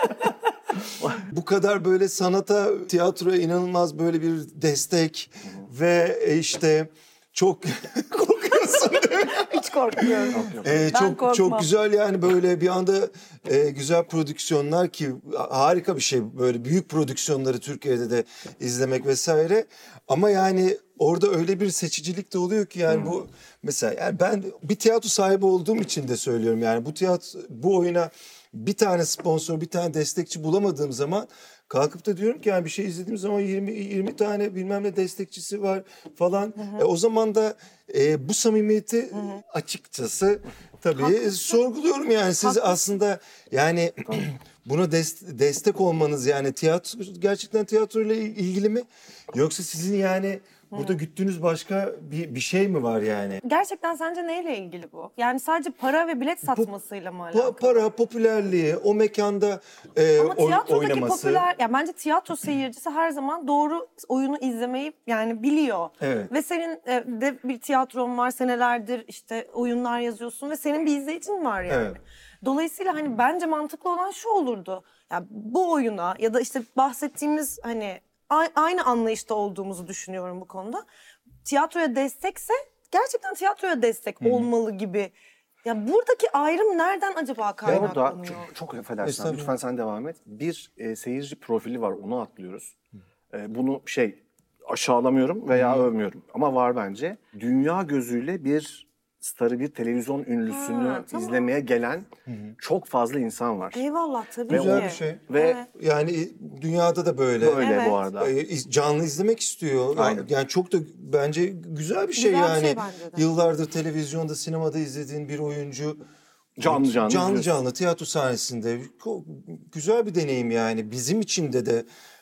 Speaker 3: Bu kadar böyle sanata, tiyatroya inanılmaz böyle bir destek ve işte çok korkuyorsun değil mi?
Speaker 1: Hiç korkmuyorum. Ben
Speaker 3: Çok
Speaker 1: korkmam.
Speaker 3: güzel yani böyle bir anda güzel prodüksiyonlar ki harika bir şey böyle büyük prodüksiyonları Türkiye'de de izlemek vesaire ama yani orada öyle bir seçicilik de oluyor ki yani bu mesela yani ben bir tiyatro sahibi olduğum için de söylüyorum yani bu oyuna bir tane sponsor bir tane destekçi bulamadığım zaman kalkıp da diyorum ki yani bir şey izlediğim zaman 20 tane bilmem ne destekçisi var falan. O zaman da bu samimiyeti açıkçası tabii sorguluyorum yani siz aslında yani buna destek olmanız yani gerçekten tiyatro ile ilgili mi yoksa sizin yani burada güttüğünüz başka bir şey mi var yani?
Speaker 1: Gerçekten sence neyle ilgili bu? Yani sadece para ve bilet satmasıyla mı alakalı?
Speaker 3: Para, popülerliği, o mekanda
Speaker 1: Ama tiyatrodaki
Speaker 3: oynaması.
Speaker 1: popüler, ya bence tiyatro seyircisi her zaman doğru oyunu izlemeyi yani biliyor.
Speaker 3: Evet.
Speaker 1: Ve senin de bir tiyatron var senelerdir işte oyunlar yazıyorsun ve senin bir izleyicin var yani.
Speaker 3: Evet.
Speaker 1: Dolayısıyla hani bence mantıklı olan şu olurdu. Ya bu oyuna ya da işte bahsettiğimiz hani aynı anlayışta olduğumuzu düşünüyorum bu konuda. Tiyatroya destekse gerçekten tiyatroya destek olmalı gibi. Ya buradaki ayrım nereden acaba
Speaker 2: Orada
Speaker 1: kaynaklanıyor?
Speaker 2: çok affedersin.
Speaker 3: Estağfurullah.
Speaker 2: Lütfen sen devam et. Bir seyirci profili var onu atlıyoruz. Bunu aşağılamıyorum veya övmüyorum ama var bence. Dünya gözüyle bir starı bir televizyon ünlüsünü
Speaker 1: Ha, tamam.
Speaker 2: izlemeye gelen çok fazla insan var.
Speaker 1: Eyvallah tabii
Speaker 3: Güzel
Speaker 1: ki.
Speaker 3: bir şey.
Speaker 2: Ve
Speaker 1: Evet.
Speaker 3: Yani dünyada da böyle.
Speaker 2: böyle
Speaker 1: Evet.
Speaker 2: bu arada.
Speaker 3: Canlı izlemek istiyor.
Speaker 2: Aynen.
Speaker 3: Yani çok da bence güzel bir şey
Speaker 1: Güzel bir
Speaker 3: yani.
Speaker 1: şey bence de.
Speaker 3: Yıllardır televizyonda, sinemada izlediğin bir oyuncu
Speaker 2: Canlı izliyorsun.
Speaker 3: canlı tiyatro sahnesinde güzel bir deneyim yani. Bizim için de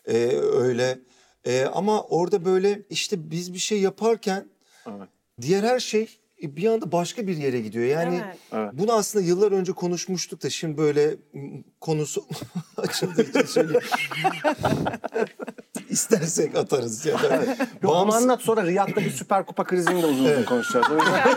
Speaker 3: öyle. Ama orada böyle işte biz bir şey yaparken
Speaker 2: Evet.
Speaker 3: diğer her şey bir anda başka bir yere gidiyor. Yani
Speaker 2: Evet.
Speaker 3: bunu aslında yıllar önce konuşmuştuk da şimdi böyle konusu açıldığı için söyleyeyim. İstersek atarız ya da.
Speaker 2: Yok, onu
Speaker 3: Bağımsız-
Speaker 2: anlat sonra Riyad'da bir Süper Kupa krizini de uzun uzun konuşacağız. O yüzden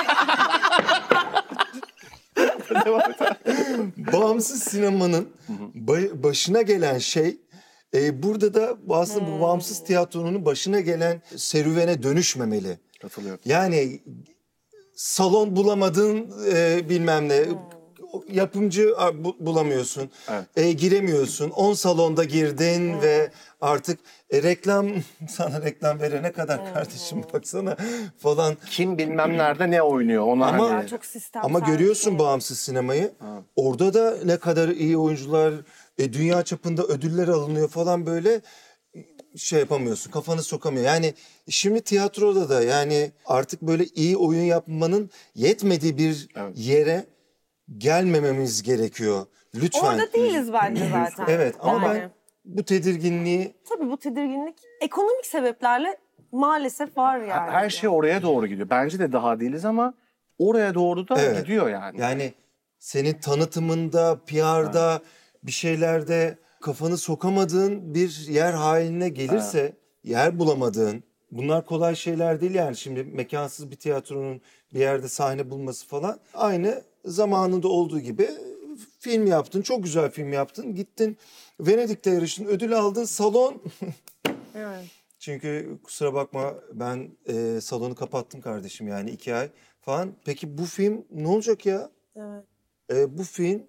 Speaker 3: Bağımsız sinemanın başına gelen şey burada da aslında bu bağımsız tiyatronun başına gelen serüvene dönüşmemeli.
Speaker 2: katılıyorum.
Speaker 3: Yani salon bulamadın bilmem ne. Yapımcı bulamıyorsun.
Speaker 2: Evet.
Speaker 3: Giremiyorsun. 10 salonda girdin ve artık reklam sana reklam verene kadar kardeşim baksana falan.
Speaker 2: Kim bilmem nerede ne oynuyor ona
Speaker 3: Ama-
Speaker 2: hani.
Speaker 1: Çok sistemsel.
Speaker 3: Ama görüyorsun
Speaker 1: bir şey.
Speaker 3: bağımsız sinemayı. Orada da ne kadar iyi oyuncular dünya çapında ödüller alınıyor falan böyle şey yapamıyorsun. Kafanı sokamıyor. Yani şimdi tiyatroda da yani artık böyle iyi oyun yapmanın yetmediği bir yere gelmememiz gerekiyor. Lütfen.
Speaker 1: Orada değiliz bence zaten.
Speaker 3: Evet ama
Speaker 1: Yani.
Speaker 3: ben bu tedirginliği
Speaker 1: Tabii bu tedirginlik ekonomik sebeplerle maalesef var yani.
Speaker 2: Her şey oraya doğru gidiyor. Bence de daha değiliz ama oraya doğru da gidiyor yani.
Speaker 3: Yani senin tanıtımında, PR'da, bir şeylerde kafanı sokamadığın bir yer haline gelirse, yer bulamadığın, bunlar kolay şeyler değil yani. Şimdi mekansız bir tiyatronun bir yerde sahne bulması falan, aynı zamanında olduğu gibi film yaptın, çok güzel film yaptın, gittin Venedik'te yarıştın, ödül aldın, salon.
Speaker 1: Evet.
Speaker 3: Çünkü kusura bakma, ben salonu kapattım kardeşim, yani 2 ay falan. Peki bu film ne olacak ya?
Speaker 1: Evet.
Speaker 3: Bu film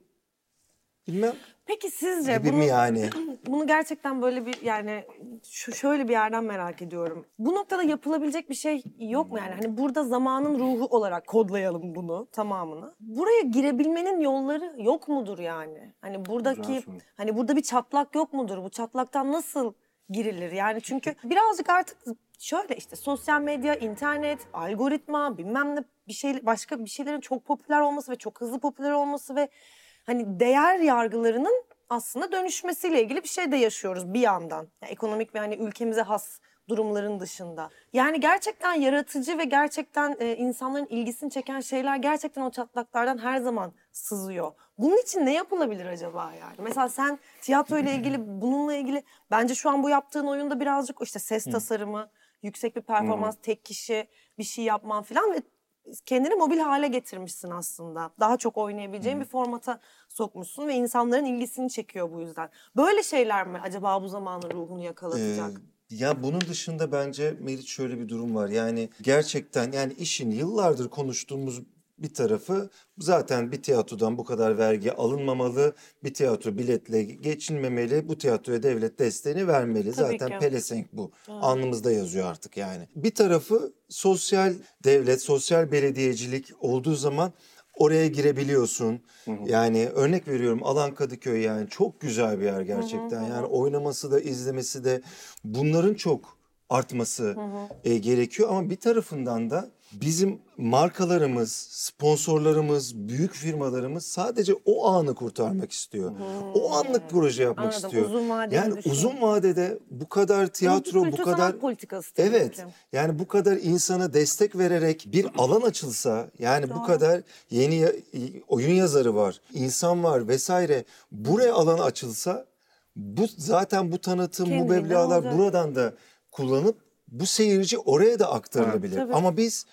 Speaker 3: bilmem
Speaker 1: Peki sizce
Speaker 3: gibi mi yani?
Speaker 1: bunu gerçekten böyle bir yani şöyle bir yerden merak ediyorum. Bu noktada yapılabilecek bir şey yok mu yani? Hani burada zamanın ruhu olarak kodlayalım bunu tamamını. Buraya girebilmenin yolları yok mudur yani? Hani buradaki hani burada bir çatlak yok mudur? Bu çatlaktan nasıl girilir? Yani çünkü birazcık artık şöyle işte sosyal medya, internet, algoritma, bilmem ne bir şey, başka bir şeylerin çok popüler olması ve çok hızlı popüler olması ve hani değer yargılarının aslında dönüşmesiyle ilgili bir şey de yaşıyoruz bir yandan. Yani ekonomik ve hani ülkemize has durumların dışında. Yani gerçekten yaratıcı ve gerçekten insanların ilgisini çeken şeyler gerçekten o çatlaklardan her zaman sızıyor. Bunun için ne yapılabilir acaba yani? Mesela sen tiyatro ile ilgili, bununla ilgili bence şu an bu yaptığın oyunda birazcık işte ses tasarımı, yüksek bir performans, tek kişi bir şey yapman falan ve kendini mobil hale getirmişsin aslında. Daha çok oynayabileceğin bir formata sokmuşsun ve insanların ilgisini çekiyor bu yüzden. Böyle şeyler mi acaba bu zamanın ruhunu yakalatacak?
Speaker 3: Ya bunun dışında bence Meriç, şöyle bir durum var. Yani gerçekten, yani işin yıllardır konuştuğumuz bir tarafı, zaten bir tiyatrodan bu kadar vergi alınmamalı, bir tiyatro biletle geçinmemeli, bu tiyatroya devlet desteğini vermeli.
Speaker 1: Tabii
Speaker 3: Zaten
Speaker 1: ki.
Speaker 3: pelesenk bu. Alnımızda yazıyor artık yani. Bir tarafı sosyal devlet, sosyal belediyecilik olduğu zaman oraya girebiliyorsun. Yani örnek veriyorum, Alan Kadıköy, yani çok güzel bir yer gerçekten. Yani oynaması da, izlemesi de, bunların çok artması gerekiyor. Ama bir tarafından da bizim markalarımız, sponsorlarımız, büyük firmalarımız sadece o anı kurtarmak istiyor. O anlık proje yapmak
Speaker 1: Anladım,
Speaker 3: istiyor.
Speaker 1: uzun vadeli
Speaker 3: Yani
Speaker 1: düşünüyor.
Speaker 3: uzun vadede bu kadar tiyatro, bu
Speaker 1: Kültür
Speaker 3: kadar...
Speaker 1: sanat politikası tabii
Speaker 3: Evet,
Speaker 1: ki.
Speaker 3: yani bu kadar insana destek vererek bir alan açılsa, yani bu kadar yeni oyun yazarı var, insan var vesaire, buraya alan açılsa, bu zaten bu tanıtım, bu
Speaker 1: Kendiliğinden
Speaker 3: meblağlar
Speaker 1: olacak.
Speaker 3: buradan da kullanıp bu seyirci oraya da aktarılabilir.
Speaker 1: Tabii.
Speaker 3: Ama biz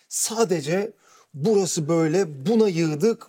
Speaker 3: sadece burası böyle, buna yığdık,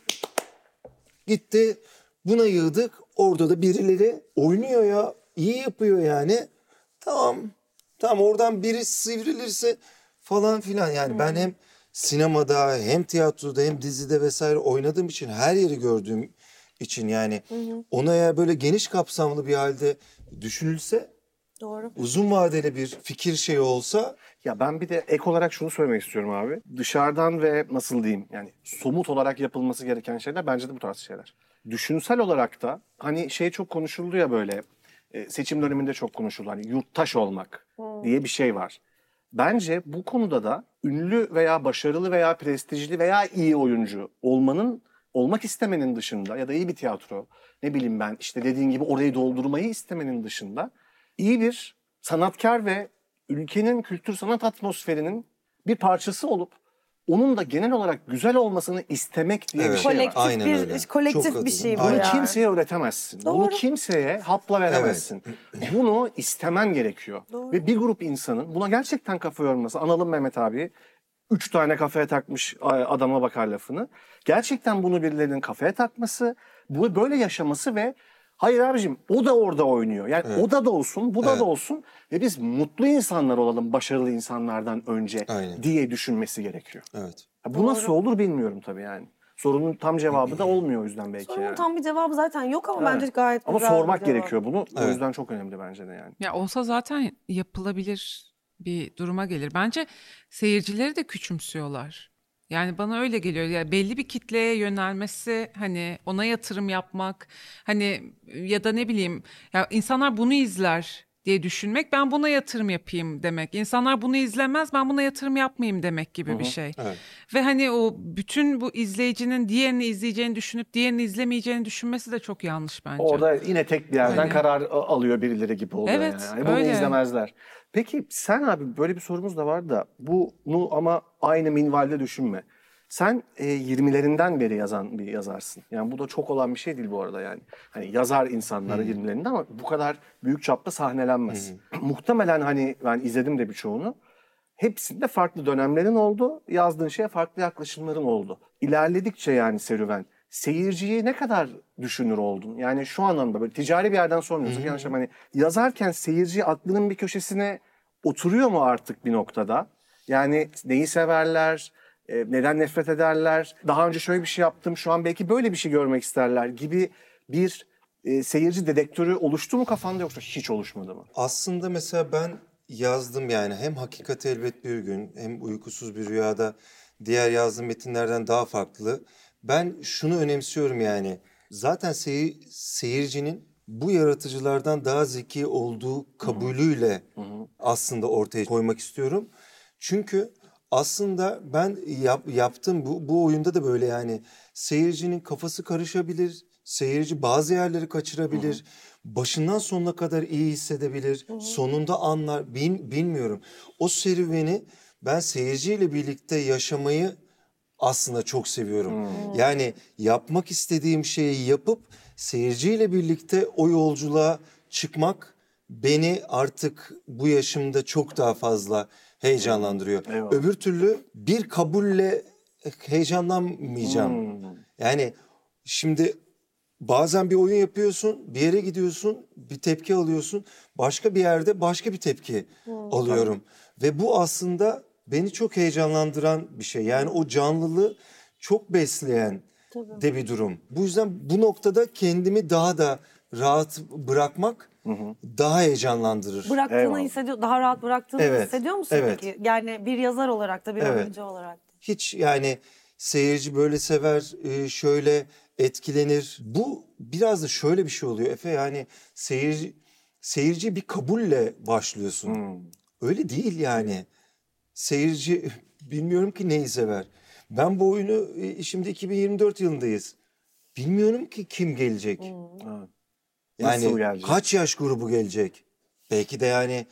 Speaker 3: gitti, buna yığdık, orada da birileri oynuyor ya, iyi yapıyor yani. Tamam, oradan biri sivrilirse falan filan. Yani ben hem sinemada, hem tiyatroda, hem dizide vesaire oynadığım için, her yeri gördüğüm için yani, ona eğer böyle geniş kapsamlı bir halde düşünülse,
Speaker 1: Doğru.
Speaker 3: uzun vadeli bir fikir şeyi olsa.
Speaker 2: Ya ben bir de ek olarak şunu söylemek istiyorum abi. Dışarıdan ve nasıl diyeyim, yani somut olarak yapılması gereken şeyler bence de bu tarz şeyler. Düşünsel olarak da hani şey çok konuşuldu ya, böyle seçim döneminde çok konuşuldu. Hani yurttaş olmak diye bir şey var. Bence bu konuda da ünlü veya başarılı veya prestijli veya iyi oyuncu olmak istemenin dışında, ya da iyi bir tiyatro, ne bileyim ben işte dediğin gibi orayı doldurmayı istemenin dışında, iyi bir sanatkar ve ülkenin kültür sanat atmosferinin bir parçası olup onun da genel olarak güzel olmasını istemek diye bir şey var.
Speaker 1: Kolektif
Speaker 3: Aynen öyle.
Speaker 1: bir kolektif
Speaker 3: Çok
Speaker 1: bir şey bu
Speaker 3: katılıyorum.
Speaker 2: Bunu
Speaker 1: yani.
Speaker 2: kimseye öğretemezsin. Bunu
Speaker 1: Doğru.
Speaker 2: kimseye hapla veremezsin. Bunu istemen gerekiyor.
Speaker 1: Doğru.
Speaker 2: Ve bir grup insanın buna gerçekten kafa yorması. Analım Mehmet abi. 3 tane kafaya takmış adama bakar lafını. Gerçekten bunu birilerinin kafaya takması, bunu böyle yaşaması ve hayır abicim o da orada oynuyor. Yani o da olsun, bu da olsun ve biz mutlu insanlar olalım başarılı insanlardan önce
Speaker 3: Aynen.
Speaker 2: diye düşünmesi gerekiyor.
Speaker 3: Evet.
Speaker 2: Ya bu nasıl olur bilmiyorum tabii yani. Sorunun tam cevabı da olmuyor o yüzden belki
Speaker 1: Sorunun
Speaker 2: yani.
Speaker 1: tam bir cevabı zaten yok ama bence
Speaker 2: Evet.
Speaker 1: gayet
Speaker 2: Ama
Speaker 1: güzel bir
Speaker 2: sormak
Speaker 1: cevap.
Speaker 2: gerekiyor bunu. O
Speaker 3: Evet.
Speaker 2: yüzden çok önemli bence de yani.
Speaker 4: Ya olsa zaten yapılabilir bir duruma gelir. Bence seyircileri de küçümsüyorlar. Yani bana öyle geliyor. Ya belli bir kitleye yönelmesi, hani ona yatırım yapmak, hani ya da ne bileyim, ya insanlar bunu izler diye düşünmek. Ben buna yatırım yapayım demek. İnsanlar bunu izlemez, ben buna yatırım yapmayayım demek gibi bir şey.
Speaker 3: Evet.
Speaker 4: Ve hani o bütün bu izleyicinin diğerini izleyeceğini düşünüp diğerini izlemeyeceğini düşünmesi de çok yanlış bence.
Speaker 2: Orada yine tek bir yerden
Speaker 4: Öyle.
Speaker 2: karar alıyor birileri gibi oluyor
Speaker 4: Evet,
Speaker 2: yani. Bunu
Speaker 4: öyle.
Speaker 2: izlemezler. Peki sen abi böyle bir sorumuz da var da bunu ama aynı minvalde düşünme. Sen 20'lerinden beri yazan bir yazarsın. Yani bu da çok olan bir şey değil bu arada yani. Hani yazar insanları 20'lerinde ama bu kadar büyük çapta sahnelenmez. Muhtemelen hani ben izledim de birçoğunu. Hepsinde farklı dönemlerin oldu. Yazdığın şeye farklı yaklaşımların oldu. İlerledikçe yani serüven seyirciyi ne kadar düşünür oldun? Yani şu anlamda böyle ticari bir yerden sormuyorsun. Yanlış ama hani yazarken seyirci aklının bir köşesine oturuyor mu artık bir noktada? Yani neyi severler? Neden nefret ederler? Daha önce şöyle bir şey yaptım, şu an belki böyle bir şey görmek isterler gibi bir seyirci dedektörü oluştu mu kafanda yoksa hiç oluşmadı mı?
Speaker 3: Aslında mesela ben yazdım yani hem Hakikati Elbet Bir Gün hem Uykusuz Bir Rüyada diğer yazdığım metinlerden daha farklı. Ben şunu önemsiyorum yani zaten seyircinin bu yaratıcılardan daha zeki olduğu kabulüyle aslında ortaya koymak istiyorum. Çünkü aslında ben yaptığım bu oyunda da böyle yani seyircinin kafası karışabilir, seyirci bazı yerleri kaçırabilir, başından sonuna kadar iyi hissedebilir, sonunda anlar, bilmiyorum. O serüveni ben seyirciyle birlikte yaşamayı aslında çok seviyorum. Yani yapmak istediğim şeyi yapıp seyirciyle birlikte o yolculuğa çıkmak beni artık bu yaşımda çok daha fazla heyecanlandırıyor.
Speaker 2: Eyvallah.
Speaker 3: Öbür türlü bir kabulle heyecanlanmayacağım. Yani şimdi bazen bir oyun yapıyorsun, bir yere gidiyorsun, bir tepki alıyorsun. Başka bir yerde başka bir tepki alıyorum. Ve bu aslında beni çok heyecanlandıran bir şey. Yani o canlılığı çok besleyen de bir durum. Bu yüzden bu noktada kendimi daha da rahat bırakmak daha heyecanlandırır.
Speaker 1: Bıraktığını
Speaker 2: Eyvallah.
Speaker 1: hissediyor, daha rahat bıraktığını
Speaker 3: Evet,
Speaker 1: hissediyor musun
Speaker 3: evet.
Speaker 1: peki? Yani bir yazar olarak da bir
Speaker 3: Evet.
Speaker 1: oyuncu olarak da.
Speaker 3: Hiç yani seyirci böyle sever, şöyle etkilenir. Bu biraz da şöyle bir şey oluyor Efe yani seyirci bir kabulle başlıyorsun. Öyle değil yani. Seyirci bilmiyorum ki neyi sever. Ben bu oyunu şimdi 2024 yılındayız. Bilmiyorum ki kim gelecek.
Speaker 2: Evet.
Speaker 3: Yani
Speaker 2: Nasıl gelecek?
Speaker 3: kaç yaş grubu gelecek? Belki de yani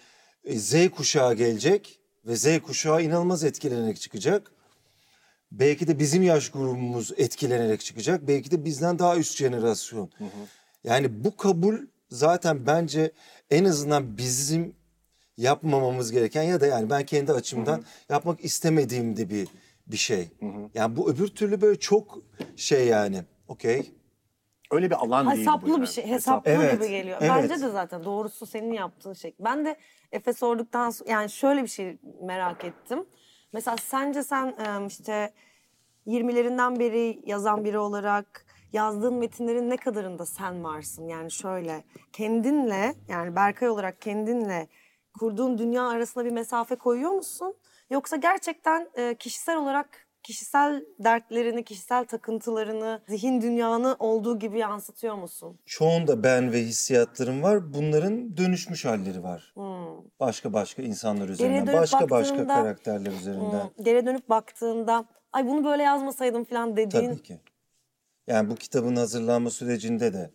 Speaker 3: Z kuşağı gelecek ve Z kuşağı inanılmaz etkilenerek çıkacak. Belki de bizim yaş grubumuz etkilenerek çıkacak. Belki de bizden daha üst jenerasyon. Yani bu kabul zaten bence en azından bizim yapmamamız gereken ya da yani ben kendi açımdan yapmak istemediğim de bir şey. Yani bu öbür türlü böyle çok şey yani. Okey.
Speaker 2: Öyle bir alan değil bu
Speaker 1: Hesaplı
Speaker 2: yani.
Speaker 1: bir şey, hesaplı
Speaker 3: Evet,
Speaker 1: gibi geliyor.
Speaker 3: evet.
Speaker 1: Bence de zaten doğrusu senin yaptığın şey. Ben de Efe sorduktan sonra yani şöyle bir şey merak ettim. Mesela sence sen işte 20'lerinden beri yazan biri olarak yazdığın metinlerin ne kadarında sen varsın? Yani şöyle kendinle yani Berkay olarak kendinle kurduğun dünya arasında bir mesafe koyuyor musun? Yoksa gerçekten kişisel olarak kişisel dertlerini, kişisel takıntılarını, zihin dünyanı olduğu gibi yansıtıyor musun?
Speaker 3: Çoğunda ben ve hissiyatlarım var. Bunların dönüşmüş halleri var. Başka insanlar üzerinden,
Speaker 1: dönüp
Speaker 3: başka
Speaker 1: baktığında-
Speaker 3: karakterler üzerinden.
Speaker 1: Geri dönüp baktığında ay bunu böyle yazmasaydım falan dediğin.
Speaker 3: Tabii ki. Yani bu kitabın hazırlanma sürecinde de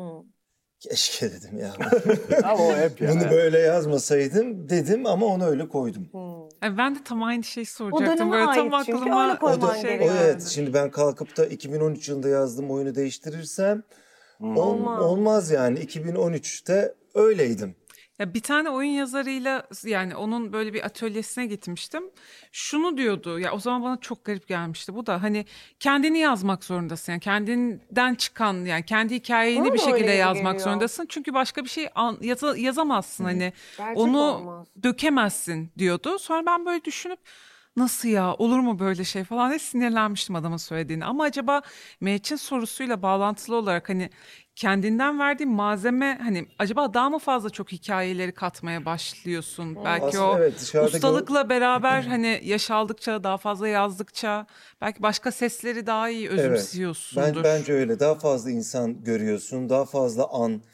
Speaker 3: keşke dedim ya.
Speaker 2: Ama o hep yani.
Speaker 3: Bunu böyle yazmasaydım dedim ama onu öyle koydum.
Speaker 4: Ben de tam aynı şeyi
Speaker 1: O
Speaker 4: soracaktım.
Speaker 1: döneme
Speaker 4: böyle
Speaker 1: ait
Speaker 4: tam
Speaker 1: çünkü
Speaker 4: aklıma
Speaker 1: öyle koyman
Speaker 4: şey
Speaker 1: gerekiyor.
Speaker 4: geldi.
Speaker 3: Evet, şimdi ben kalkıp da 2013 yılında yazdığım oyunu değiştirirsem
Speaker 1: Olmaz.
Speaker 3: olmaz yani. 2013'te öyleydim.
Speaker 4: Ya bir tane oyun yazarıyla yani onun böyle bir atölyesine gitmiştim. Şunu diyordu ya o zaman bana çok garip gelmişti bu da hani kendini yazmak zorundasın. Yani kendinden çıkan yani kendi hikayeni
Speaker 1: Bana
Speaker 4: bir
Speaker 1: da öyle
Speaker 4: şekilde
Speaker 1: gibi
Speaker 4: yazmak
Speaker 1: geliyor.
Speaker 4: zorundasın. Çünkü başka bir şey yazamazsın hani
Speaker 1: Gerçek
Speaker 4: onu
Speaker 1: olmaz.
Speaker 4: dökemezsin diyordu. Sonra ben böyle düşünüp nasıl ya olur mu böyle şey falan diye sinirlenmiştim adamın söylediğini. Ama acaba Meriç'in sorusuyla bağlantılı olarak hani kendinden verdiğin malzeme hani acaba daha mı fazla çok hikayeleri katmaya başlıyorsun? Belki
Speaker 3: Aslında
Speaker 4: o
Speaker 3: evet, dışarıda
Speaker 4: ustalıkla beraber hani yaş aldıkça daha fazla yazdıkça belki başka sesleri daha iyi özümsüyorsundur.
Speaker 3: Bence öyle. Daha fazla insan görüyorsun, daha fazla an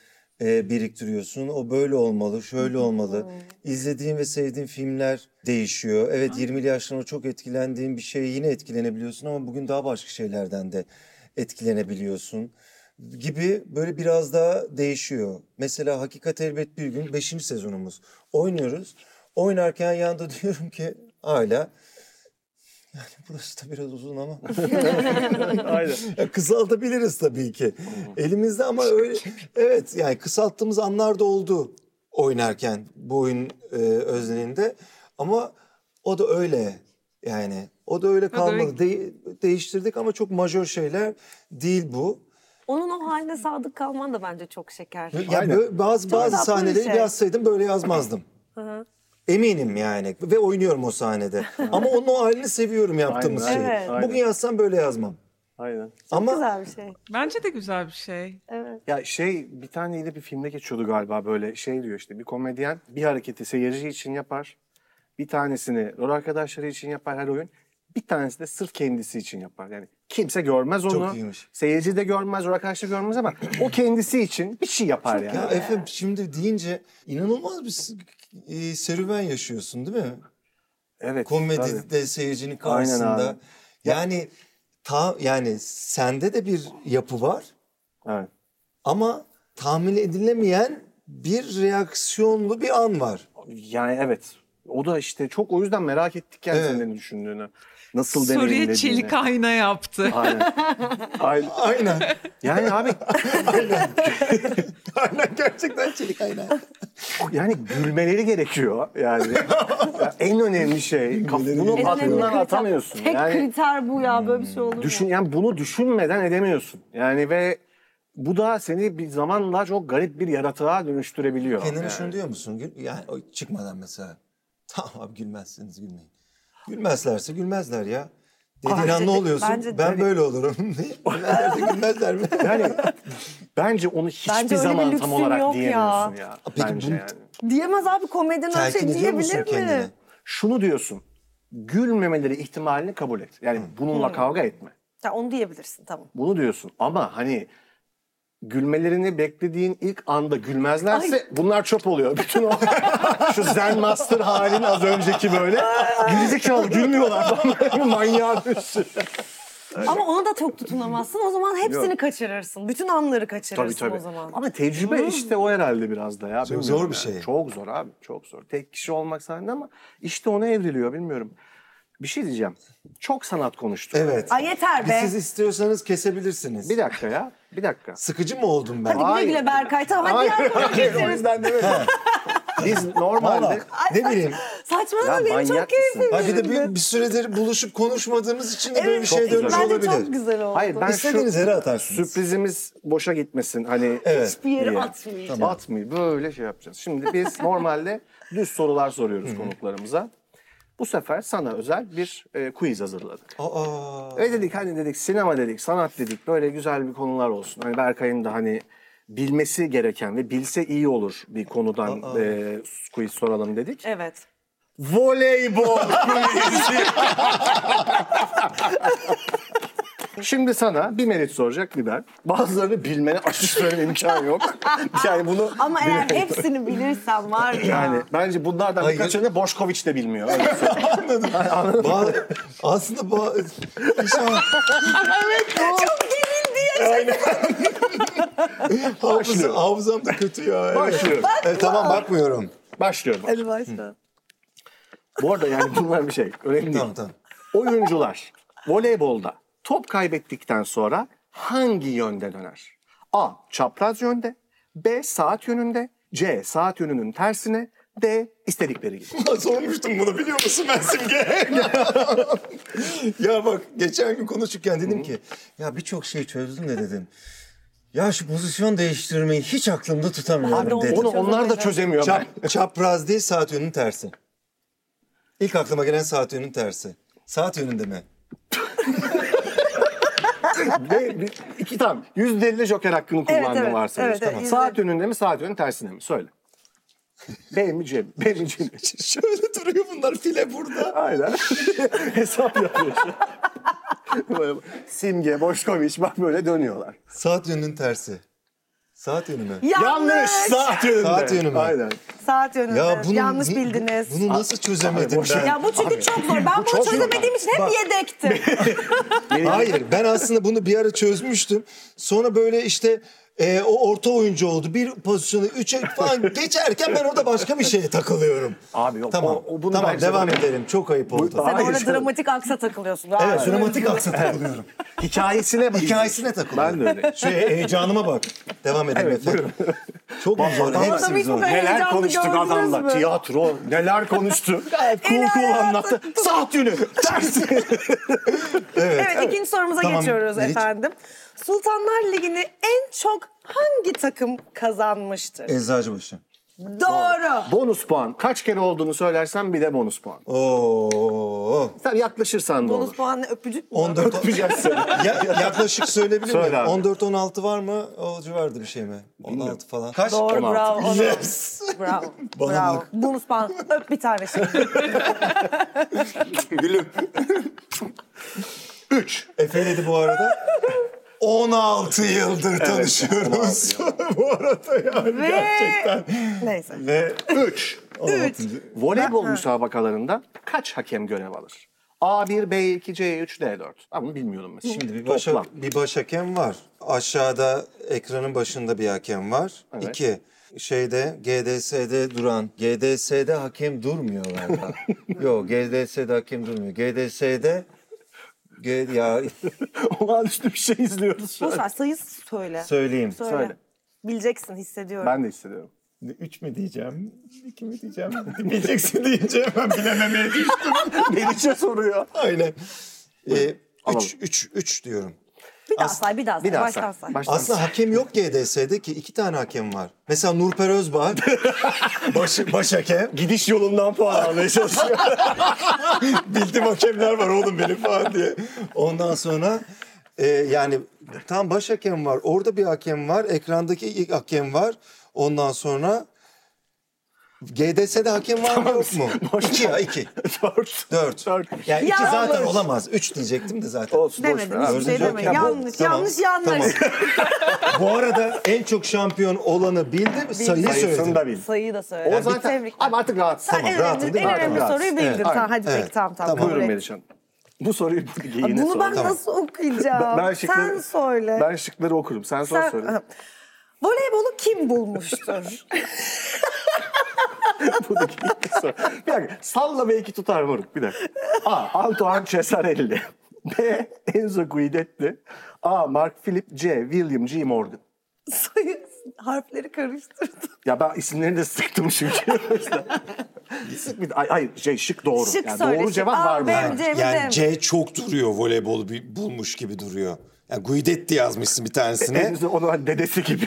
Speaker 3: biriktiriyorsun. O böyle olmalı, şöyle olmalı. İzlediğin ve sevdiğin filmler değişiyor. Evet 20'li yaşlarında çok etkilendiğin bir şeye yine etkilenebiliyorsun ama bugün daha başka şeylerden de etkilenebiliyorsun gibi böyle biraz daha değişiyor. Mesela Hakikat Elbet Bir Gün 5. sezonumuz. Oynuyoruz. Oynarken yanda diyorum ki hala yani burası da biraz uzun ama
Speaker 2: Aynen.
Speaker 3: ya kısaltabiliriz tabii ki. Elimizde ama öyle evet yani kısalttığımız anlar da oldu oynarken bu oyun özelinde ama o da öyle yani o da öyle kalmadı. Değiştirdik ama çok majör şeyler değil bu.
Speaker 1: Onun o haline sadık kalman da bence çok şeker.
Speaker 3: Yani bazı
Speaker 1: tatlı bir
Speaker 3: sahneleri
Speaker 1: şey.
Speaker 3: yazsaydım böyle yazmazdım. Eminim yani ve oynuyorum o sahnede. Ama onun o halini seviyorum yaptığımız
Speaker 2: Aynen,
Speaker 3: şeyi.
Speaker 1: evet.
Speaker 2: Aynen.
Speaker 3: Bugün yazsam böyle yazmam.
Speaker 2: Aynen.
Speaker 3: Ama
Speaker 1: Güzel bir şey.
Speaker 4: Bence de güzel bir şey.
Speaker 1: Evet.
Speaker 2: Ya bir tane yine bir filmde geçiyordu galiba böyle diyor işte bir komedyen bir hareketi seyirci için yapar. Bir tanesini rol arkadaşları için yapar her oyun. Bir tanesi de sırf kendisi için yapar. Yani kimse görmez onu.
Speaker 3: Çok iyiymiş.
Speaker 2: Seyirci de görmez, rol arkadaşı görmez ama o kendisi için bir şey yapar yani.
Speaker 3: ya efendim şimdi deyince inanılmaz bir serüven yaşıyorsun değil mi?
Speaker 2: Evet.
Speaker 3: Komedide
Speaker 2: tabii.
Speaker 3: seyircinin
Speaker 2: Aynen
Speaker 3: karşısında.
Speaker 2: abi.
Speaker 3: Yani yani sende de bir yapı var
Speaker 2: Evet.
Speaker 3: ama tahmin edilemeyen bir reaksiyonlu bir an var.
Speaker 2: Yani evet. O da işte çok o yüzden merak ettik yani
Speaker 3: Evet.
Speaker 2: senin ne düşündüğünü. Nasıl
Speaker 4: Soruya
Speaker 2: deneyimlediğini.
Speaker 4: çelik ayna yaptı.
Speaker 2: Aynen. Aynen.
Speaker 3: Aynen.
Speaker 2: Yani abi
Speaker 3: Aynen gerçekten çelik aynen.
Speaker 2: yani gülmeleri gerekiyor yani. Ya en önemli şey. Bunu
Speaker 1: En
Speaker 2: aklından
Speaker 1: önemli
Speaker 2: atamıyorsun.
Speaker 1: Tek
Speaker 2: Yani
Speaker 1: kriter bu ya. Böyle bir şey olur mu?
Speaker 2: yani bunu düşünmeden edemiyorsun. Yani ve bu da seni bir zamanla çok garip bir yaratığa dönüştürebiliyor.
Speaker 3: Kendine
Speaker 2: yani.
Speaker 3: şunu diyor musun? Yani o çıkmadan mesela. Tamam abi gülmezseniz gülmeyin. Gülmezlerse gülmezler ya. Dediğin an ne oluyorsun?
Speaker 1: bence de.
Speaker 3: Ben böyle olurum. Gülmezlerse gülmezler mi?
Speaker 2: Yani bence onu hiçbir
Speaker 1: Bence öyle bir
Speaker 2: zaman tam
Speaker 1: lüksün
Speaker 2: olarak
Speaker 1: yok
Speaker 2: diyemiyorsun ya.
Speaker 3: Peki
Speaker 2: Bence
Speaker 3: bu-
Speaker 2: yani.
Speaker 1: Diyemez abi, komedyen öyle
Speaker 3: Telkin
Speaker 1: şey
Speaker 3: ediyor musun
Speaker 1: diyebilir
Speaker 3: kendine?
Speaker 1: mi?
Speaker 2: Şunu diyorsun. Gülmemeleri ihtimalini kabul et. Yani bununla kavga etme.
Speaker 1: Ya onu diyebilirsin, tamam.
Speaker 2: Bunu diyorsun ama hani gülmelerini beklediğin ilk anda gülmezlerse bunlar çöp oluyor. Bütün o şu Zen Master halin az önceki böyle gerizekalı gülmüyorlar. Manyağın üstü.
Speaker 1: Ama ona da çok tutunamazsın. O zaman hepsini
Speaker 2: Yok.
Speaker 1: kaçırırsın. Bütün anları kaçırırsın
Speaker 2: Tabii tabii.
Speaker 1: o zaman.
Speaker 2: Ama tecrübe işte o herhalde biraz da ya.
Speaker 3: Çok
Speaker 2: Bilmiyorum
Speaker 3: zor bir
Speaker 2: yani.
Speaker 3: şey.
Speaker 2: Çok zor abi. Çok zor. Tek kişi olmak sahne ama işte ona evriliyor bilmiyorum. Bir şey diyeceğim. Çok sanat konuştuk.
Speaker 3: Evet.
Speaker 1: Ay yeter be.
Speaker 3: Siz istiyorsanız kesebilirsiniz.
Speaker 2: Bir dakika ya. Bir dakika.
Speaker 3: Sıkıcı mı oldum ben?
Speaker 1: Hadi güle
Speaker 2: Hayır.
Speaker 1: güle Berkay. Tamam hadi diğer konuya
Speaker 2: O
Speaker 1: geçelim.
Speaker 2: yüzden demedim. Biz normalde...
Speaker 3: Valla ne bileyim.
Speaker 1: Saçmalama,
Speaker 2: Ya
Speaker 1: benim
Speaker 2: manyak
Speaker 1: çok keyifli.
Speaker 2: mısın?
Speaker 3: Ha bir de bir süredir buluşup konuşmadığımız için de böyle bir
Speaker 1: Evet,
Speaker 3: şey
Speaker 2: çok
Speaker 3: dönmüş
Speaker 2: güzel.
Speaker 1: bence
Speaker 3: olabilir.
Speaker 1: çok güzel oldu.
Speaker 2: Hayır ben
Speaker 3: İstediğiniz yere atarsınız.
Speaker 2: sürprizimiz boşa gitmesin. Hani
Speaker 3: Evet.
Speaker 1: Hiçbir yere
Speaker 2: diye.
Speaker 1: atmayacağım.
Speaker 2: Atmayı böyle şey yapacağız. Şimdi biz normalde düz sorular soruyoruz konuklarımıza. Bu sefer sana özel bir quiz hazırladık.
Speaker 3: Aa.
Speaker 2: Ve dedik sinema dedik, sanat dedik, böyle güzel bir konular olsun. Hani Berkay'ın da hani bilmesi gereken ve bilse iyi olur bir konudan quiz soralım dedik.
Speaker 1: Evet.
Speaker 2: Voleybol quizi. Şimdi sana bir Merit soracak, bir ben. Bazılarını bilmene aşırı söyleme imkanı yok. Yani bunu
Speaker 1: Ama eğer hepsini bilirsen var ya.
Speaker 2: yani bence bunlardan
Speaker 3: Hayır.
Speaker 2: birkaçını Boşkoviç de bilmiyor. Öyle söyleyeyim.
Speaker 3: Aslında
Speaker 1: Çok gerildi ya.
Speaker 3: hafızam da kötü ya. Evet.
Speaker 2: Başlıyorum.
Speaker 3: Tamam bakmıyorum.
Speaker 2: Başlıyorum.
Speaker 1: Hadi başla.
Speaker 2: Bu arada yani bunlar bir şey. Önemli değil.
Speaker 3: Tamam.
Speaker 2: Oyuncular voleybolda top kaybettikten sonra hangi yönde döner? A. Çapraz yönde. B. Saat yönünde. C. Saat yönünün tersine. D. istedikleri gibi.
Speaker 3: Sormuştum bunu biliyor musun ben Simge? Ya bak geçen gün konuşurken dedim ki ya birçok şey çözdüm de dedim. Ya şu pozisyon değiştirmeyi hiç aklımda tutamıyorum
Speaker 1: Abi
Speaker 3: dedim.
Speaker 2: Onu onlar da çözemiyor.
Speaker 3: Çapraz değil saat yönünün tersi. İlk aklıma gelen saat yönünün tersi. Saat yönünde mi?
Speaker 2: Ve iki tam %50 joker hakkını kullandım
Speaker 1: evet,
Speaker 2: varsayıyoruz.
Speaker 1: evet,
Speaker 2: Tamam.
Speaker 1: evet,
Speaker 2: Saat yönünde mi saat yönünün tersine mi? Söyle. B mi C mi? B mi C mi?
Speaker 3: Şöyle duruyor bunlar file burada.
Speaker 2: Aynen. Hesap yapıyor şu an. Böyle Simge, Boşkoviç bak böyle dönüyorlar.
Speaker 3: Saat yönünün tersi. Saat yönü mü?
Speaker 2: Yanlış. Saat yönünde.
Speaker 3: Saat yönü mü?
Speaker 2: Aynen.
Speaker 1: Saat yönünde. Yanlış
Speaker 3: ni-
Speaker 1: bildiniz.
Speaker 3: Bunu nasıl çözemedim
Speaker 2: boş ver.
Speaker 3: ben?
Speaker 1: Ya bu çünkü çok zor. Ben bunu
Speaker 2: çok zor.
Speaker 1: çözemediğim için hep
Speaker 3: Bak.
Speaker 1: yedektim.
Speaker 3: Hayır, ben aslında bunu bir ara çözmüştüm. Sonra böyle işte o orta oyuncu oldu. Bir pozisyonu 3'e falan geçerken ben orada başka bir şeye takılıyorum.
Speaker 2: Abi yok.
Speaker 3: Tamam,
Speaker 2: Bunu
Speaker 3: tamam
Speaker 2: bence
Speaker 3: devam
Speaker 2: böyle-
Speaker 3: edelim. Çok ayıp oldu.
Speaker 1: Sen
Speaker 2: Hayır,
Speaker 1: orada
Speaker 2: sen-
Speaker 1: dramatik aksa takılıyorsun.
Speaker 3: Evet,
Speaker 1: Abi.
Speaker 3: dramatik aksa takılıyorum.
Speaker 2: Hikayesine bak.
Speaker 3: Hikayesine takılıyorum.
Speaker 2: Ben de öyle.
Speaker 3: Şu heyecanıma bak. Devam edelim
Speaker 2: Evet,
Speaker 3: efendim. Çok mu zor?
Speaker 1: Adam
Speaker 3: Hepsi
Speaker 1: hiç bu
Speaker 3: zor.
Speaker 1: kadar
Speaker 2: Neler
Speaker 1: heyecanlı
Speaker 2: konuştuk
Speaker 1: gördünüz
Speaker 2: adamla.
Speaker 1: mü?
Speaker 2: Tiyatro neler konuştu. Gayet cool anlattı. Saat yönü. Ters.
Speaker 1: Evet, ikinci sorumuza
Speaker 3: Tamam,
Speaker 1: geçiyoruz
Speaker 3: Meriç.
Speaker 1: efendim. Sultanlar Ligi'ni en çok hangi takım kazanmıştır?
Speaker 3: Eczacıbaşı.
Speaker 1: Doğru.
Speaker 2: Bonus puan. Kaç kere olduğunu söylersen bir de bonus puan.
Speaker 3: Oo.
Speaker 2: Sen yaklaşırsan da
Speaker 1: Bonus
Speaker 2: olur.
Speaker 1: puanla öpücük mü?
Speaker 3: 14
Speaker 2: Öpeceksin.
Speaker 3: yaklaşık söyleyebilir
Speaker 2: Söyle
Speaker 3: miyim?
Speaker 2: abi.
Speaker 3: 14-16 var mı? O civarda bir şey mi? 16 falan. Kaç?
Speaker 1: Doğru,
Speaker 2: 16.
Speaker 1: bravo. Onu.
Speaker 3: Yes.
Speaker 1: Bravo.
Speaker 3: Bana
Speaker 1: Bravo.
Speaker 3: bak.
Speaker 1: Bonus puan. Öp bir tane şimdi.
Speaker 3: Gülüm.
Speaker 2: 3.
Speaker 3: Efe'ydi bu arada. 16 yıldır tanışıyoruz. bu arada yani
Speaker 1: Ve...
Speaker 3: gerçekten.
Speaker 1: Neyse.
Speaker 3: Ve
Speaker 2: 3.
Speaker 1: 3.
Speaker 2: Voleybol müsabakalarında kaç hakem görev alır? A1, B2, C3, D4. Ben bunu bilmiyordum mesela.
Speaker 3: şimdi
Speaker 2: Toplam.
Speaker 3: bir baş hakem var. Aşağıda ekranın başında bir hakem var.
Speaker 2: Evet.
Speaker 3: 2 şeyde GDS'de duran. GDS'de hakem durmuyor galiba. Yok GDS'de hakem durmuyor. GDS'de ya
Speaker 2: Olağanüstü bir şey izliyoruz şu
Speaker 1: Boş
Speaker 2: an.
Speaker 1: ver, sayı söyle.
Speaker 3: söyleyeyim.
Speaker 1: Söyle. Bileceksin, hissediyorum.
Speaker 2: Ben de hissediyorum.
Speaker 3: 3 mü diyeceğim? 2 mi diyeceğim? Bileceksin deyince hemen bilememeye düştüm.
Speaker 2: Melih'e soruyor.
Speaker 3: Aynen.
Speaker 2: Alalım.
Speaker 3: 3 diyorum.
Speaker 1: Bir daha say, bir daha say.
Speaker 2: Bir daha
Speaker 1: Baştan
Speaker 2: say.
Speaker 1: say.
Speaker 2: Baştan
Speaker 3: Aslında hakem yok GDS'de ki 2 tane hakem var. Mesela Nurper Özbağ baş hakem.
Speaker 2: Gidiş yolundan puan almaya çalışıyor.
Speaker 3: Bildiğim hakemler var oğlum benim falan diye. Ondan sonra yani tam baş hakem var. Orada bir hakem var. Ekrandaki ilk hakem var. Ondan sonra GDS'de hakem var mı yok mu? 2 ya 2. 4. Yani 2
Speaker 1: Yanlış.
Speaker 3: zaten olamaz. 3 diyecektim de zaten.
Speaker 2: Olsun, boş
Speaker 1: Demedim,
Speaker 2: ver.
Speaker 1: hiçbir şey
Speaker 3: Dördüncü
Speaker 1: demedim.
Speaker 3: hakem.
Speaker 1: Yanlış,
Speaker 3: Tamam,
Speaker 1: yanlış,
Speaker 3: tamam.
Speaker 1: yanlış.
Speaker 3: Bu arada en çok şampiyon olanı bildi. Sayıyı
Speaker 2: Sayısını
Speaker 3: söyledim.
Speaker 2: da bil.
Speaker 1: Sayıyı da söyle.
Speaker 2: O zaten...
Speaker 1: Tebrikler.
Speaker 2: Ama artık rahatsın.
Speaker 1: Sen en
Speaker 3: rahatım
Speaker 1: önemli,
Speaker 3: değil mi?
Speaker 1: en önemli
Speaker 2: Rahat.
Speaker 1: soruyu bildin.
Speaker 3: Evet.
Speaker 1: Tamam, hadi
Speaker 3: Evet.
Speaker 1: peki, tamam.
Speaker 3: Tamam.
Speaker 1: kabul
Speaker 2: Buyurun
Speaker 1: et.
Speaker 2: Melihcan. Bu soruyu yine
Speaker 1: Bunu
Speaker 2: sor.
Speaker 1: ben nasıl okuyacağım?
Speaker 2: Ben
Speaker 1: Sen söyle.
Speaker 2: Ben şıkları okurum. Sen sor söyle.
Speaker 1: Voleybolu kim bulmuştur?
Speaker 2: Bu da iyi soru. Bir dakika. Salla belki tutar moruk. Bir dakika. A. Antoine Cesarelli. B. Enzo Guidetti. A. Mark Philip. C. William G. Morgan.
Speaker 1: Sayı harfleri karıştırdım.
Speaker 2: Ya ben isimlerini de sıktım çünkü. Sık bir hayır şık doğru.
Speaker 1: Şık
Speaker 2: Yani
Speaker 1: söyle,
Speaker 2: doğru
Speaker 1: şık.
Speaker 2: cevap
Speaker 1: A,
Speaker 2: var mı?
Speaker 1: B mi, C mi, D mi?
Speaker 3: Yani C çok duruyor voleybolu bulmuş gibi duruyor. Yani Guidetti yazmışsın bir tanesine.
Speaker 2: Enzo onun hani dedesi gibi.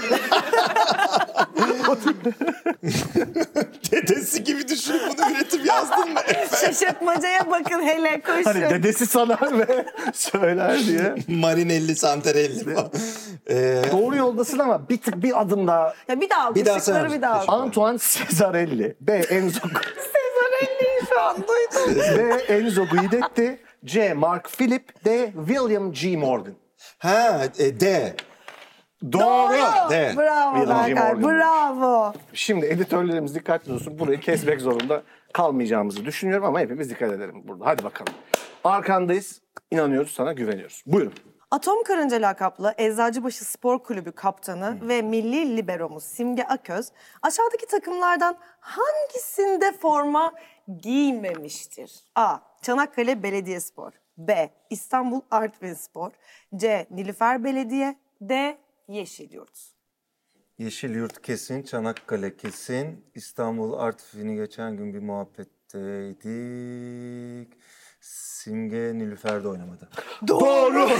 Speaker 3: Dedesi gibi düşünüp bunu üretip yazdın mı?
Speaker 1: Şaşırtmacaya bakın hele koşun.
Speaker 2: Hani dedesi sanar ve söyler diye.
Speaker 3: Marinelli, Santarelli falan.
Speaker 2: Doğru yoldasın ama bir tık bir adım daha.
Speaker 1: Ya bir daha oku,
Speaker 3: Bir daha
Speaker 1: şıkları
Speaker 3: sayar
Speaker 1: bir daha oku.
Speaker 2: Antoine Cesarelli. B. Enzo
Speaker 1: Cesarelli'yi şu an duydum.
Speaker 2: B. Enzo Guidetti. C. Mark Philip. D. William G. Morgan.
Speaker 3: Ha, D.
Speaker 1: Doğru.
Speaker 3: De.
Speaker 1: Bravo
Speaker 2: William G.
Speaker 1: Berkay,
Speaker 2: Morgan.
Speaker 1: bravo.
Speaker 2: Şimdi editörlerimiz dikkatli olsun. Burayı kesmek zorunda kalmayacağımızı düşünüyorum ama hepimiz dikkat edelim burada. Hadi bakalım. Arkandayız. İnanıyoruz, sana güveniyoruz. Buyurun.
Speaker 1: Atom Karınca lakaplı Eczacıbaşı Spor Kulübü kaptanı ve milli liberomuz Simge Aköz aşağıdaki takımlardan hangisinde forma giymemiştir? A. Çanakkale Belediyespor. B. İstanbul Artvinspor. C. Nilüfer Belediye. D. Yeşilyurt.
Speaker 3: Yeşilyurt kesin, Çanakkale kesin. İstanbul Artvin'i geçen gün bir muhabbetteydik. Simge Nilüfer'de oynamadı.
Speaker 2: Doğru.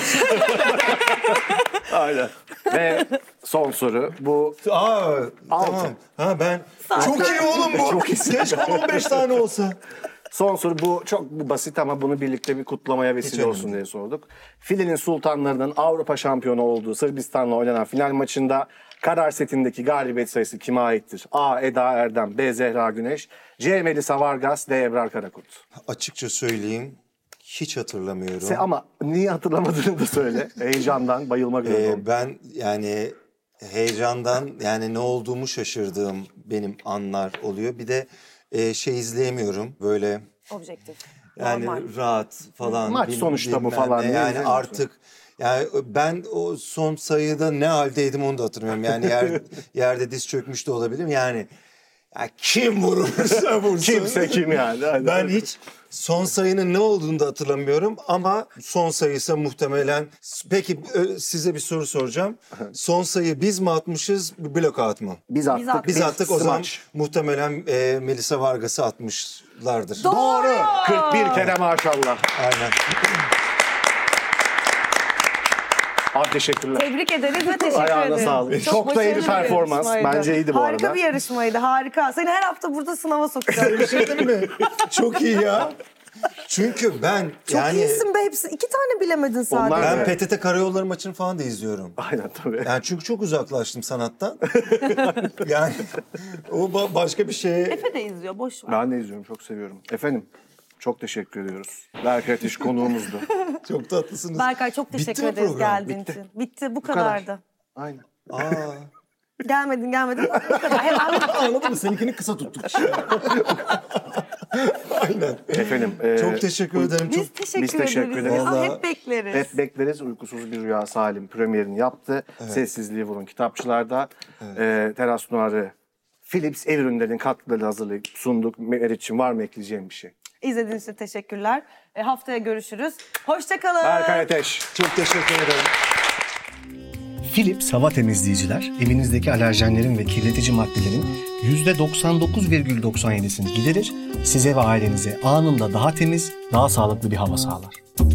Speaker 2: Aynen. Ve son soru. Bu
Speaker 3: Aa,
Speaker 2: Altı.
Speaker 3: tamam. Ha ben çok iyi oğlum bu.
Speaker 2: Çok iyisin.
Speaker 3: Keşke 15 tane olsa.
Speaker 2: son soru. Bu çok basit ama bunu birlikte bir kutlamaya vesile
Speaker 3: önemli
Speaker 2: olsun
Speaker 3: değil.
Speaker 2: diye sorduk. Filenin sultanlarının Avrupa şampiyonu olduğu Sırbistan'la oynanan final maçında karar setindeki galibiyet sayısı kime aittir? A. Eda Erdem. B. Zehra Güneş. C. Melisa Vargas. D. Ebrar Karakurt.
Speaker 3: Açıkça söyleyeyim. Hiç hatırlamıyorum.
Speaker 2: Ama niye hatırlamadığını da söyle. Heyecandan bayılmak üzere oldum.
Speaker 3: Ben yani heyecandan yani ne olduğumu şaşırdığım benim anlar oluyor. Bir de şey izleyemiyorum böyle
Speaker 1: Objektif.
Speaker 3: yani
Speaker 1: Normal.
Speaker 3: rahat falan.
Speaker 2: Maç sonuçta bu falan.
Speaker 3: Yani
Speaker 2: Neyse.
Speaker 3: artık yani ben o son sayıda ne haldeydim onu da hatırlamıyorum. Yani yerde diz çökmüş de olabilirim. Yani ya kim vurursa vursun.
Speaker 2: Kimse kim yani. Hadi.
Speaker 3: Ben hiç son sayının ne olduğunu da hatırlamıyorum ama son sayısı muhtemelen... Peki size bir soru soracağım. Son sayı biz mi atmışız, blok out mı?
Speaker 2: Biz attık.
Speaker 3: Biz attık o zaman
Speaker 2: Smaç.
Speaker 3: muhtemelen Melisa Vargas'ı atmışlardır.
Speaker 2: Doğru. 41 kere maşallah.
Speaker 3: Aynen.
Speaker 2: Abi teşekkürler.
Speaker 1: Tebrik ederiz ve teşekkür
Speaker 2: Ayağına
Speaker 1: ederiz.
Speaker 2: sağlık. Çok da iyi bir
Speaker 1: başarılı
Speaker 2: performans.
Speaker 1: yarışmaydı.
Speaker 2: Bence iyiydi bu
Speaker 1: Harika
Speaker 2: arada.
Speaker 1: bir yarışmaydı, harika. Seni her hafta burada sınava sokacağım.
Speaker 3: Bir şey değil mi? Çok iyi ya. Çünkü ben
Speaker 1: Çok
Speaker 3: yani...
Speaker 1: iyisin be hepsi. 2 tane bilemedin sadece.
Speaker 2: Onlar-
Speaker 3: Ben PTT Karayolları maçını falan da izliyorum.
Speaker 2: Aynen tabii.
Speaker 3: Yani çünkü çok uzaklaştım sanattan. Yani o başka bir şeye...
Speaker 1: Efe de izliyor, boş ver.
Speaker 2: Ben de izliyorum. Çok seviyorum. Efendim çok teşekkür ediyoruz. Berkay Ateş konuğumuzdu.
Speaker 3: Çok tatlısınız.
Speaker 1: Berkay çok
Speaker 3: Bitti
Speaker 1: teşekkür
Speaker 3: mi
Speaker 1: ederiz
Speaker 3: program?
Speaker 1: geldiğin
Speaker 2: Bitti.
Speaker 1: için. Bitti, bu
Speaker 2: kadar.
Speaker 1: kadardı.
Speaker 2: Aynen.
Speaker 3: Aa,
Speaker 1: Gelmedin. Bu kadar. Hemen
Speaker 3: anladın mı? Seninkini kısa tuttuk. Aynen.
Speaker 2: Efendim.
Speaker 3: Çok teşekkür ederim.
Speaker 1: biz teşekkür,
Speaker 2: Biz teşekkür
Speaker 1: ederiz.
Speaker 2: ederiz.
Speaker 1: Aa,
Speaker 3: Vallahi-
Speaker 1: hep bekleriz.
Speaker 2: Hep bekleriz. Uykusuz Bir Rüya Salim premierini yaptı. Sessizliği Vurun kitapçılarda. Teras Noir'ı Philips ev ürünlerinin katkılarıyla hazırlayıp sunduk. Meriç'ciğim var mı ekleyeceğim bir şey?
Speaker 1: İzlediğiniz için teşekkürler. Haftaya görüşürüz. Hoşça kalın.
Speaker 2: Berkay Ateş.
Speaker 3: Çok teşekkür ederim.
Speaker 5: Philips hava temizleyiciler evinizdeki alerjenlerin ve kirletici maddelerin %99,97'sini giderir, size ve ailenize anında daha temiz, daha sağlıklı bir hava sağlar.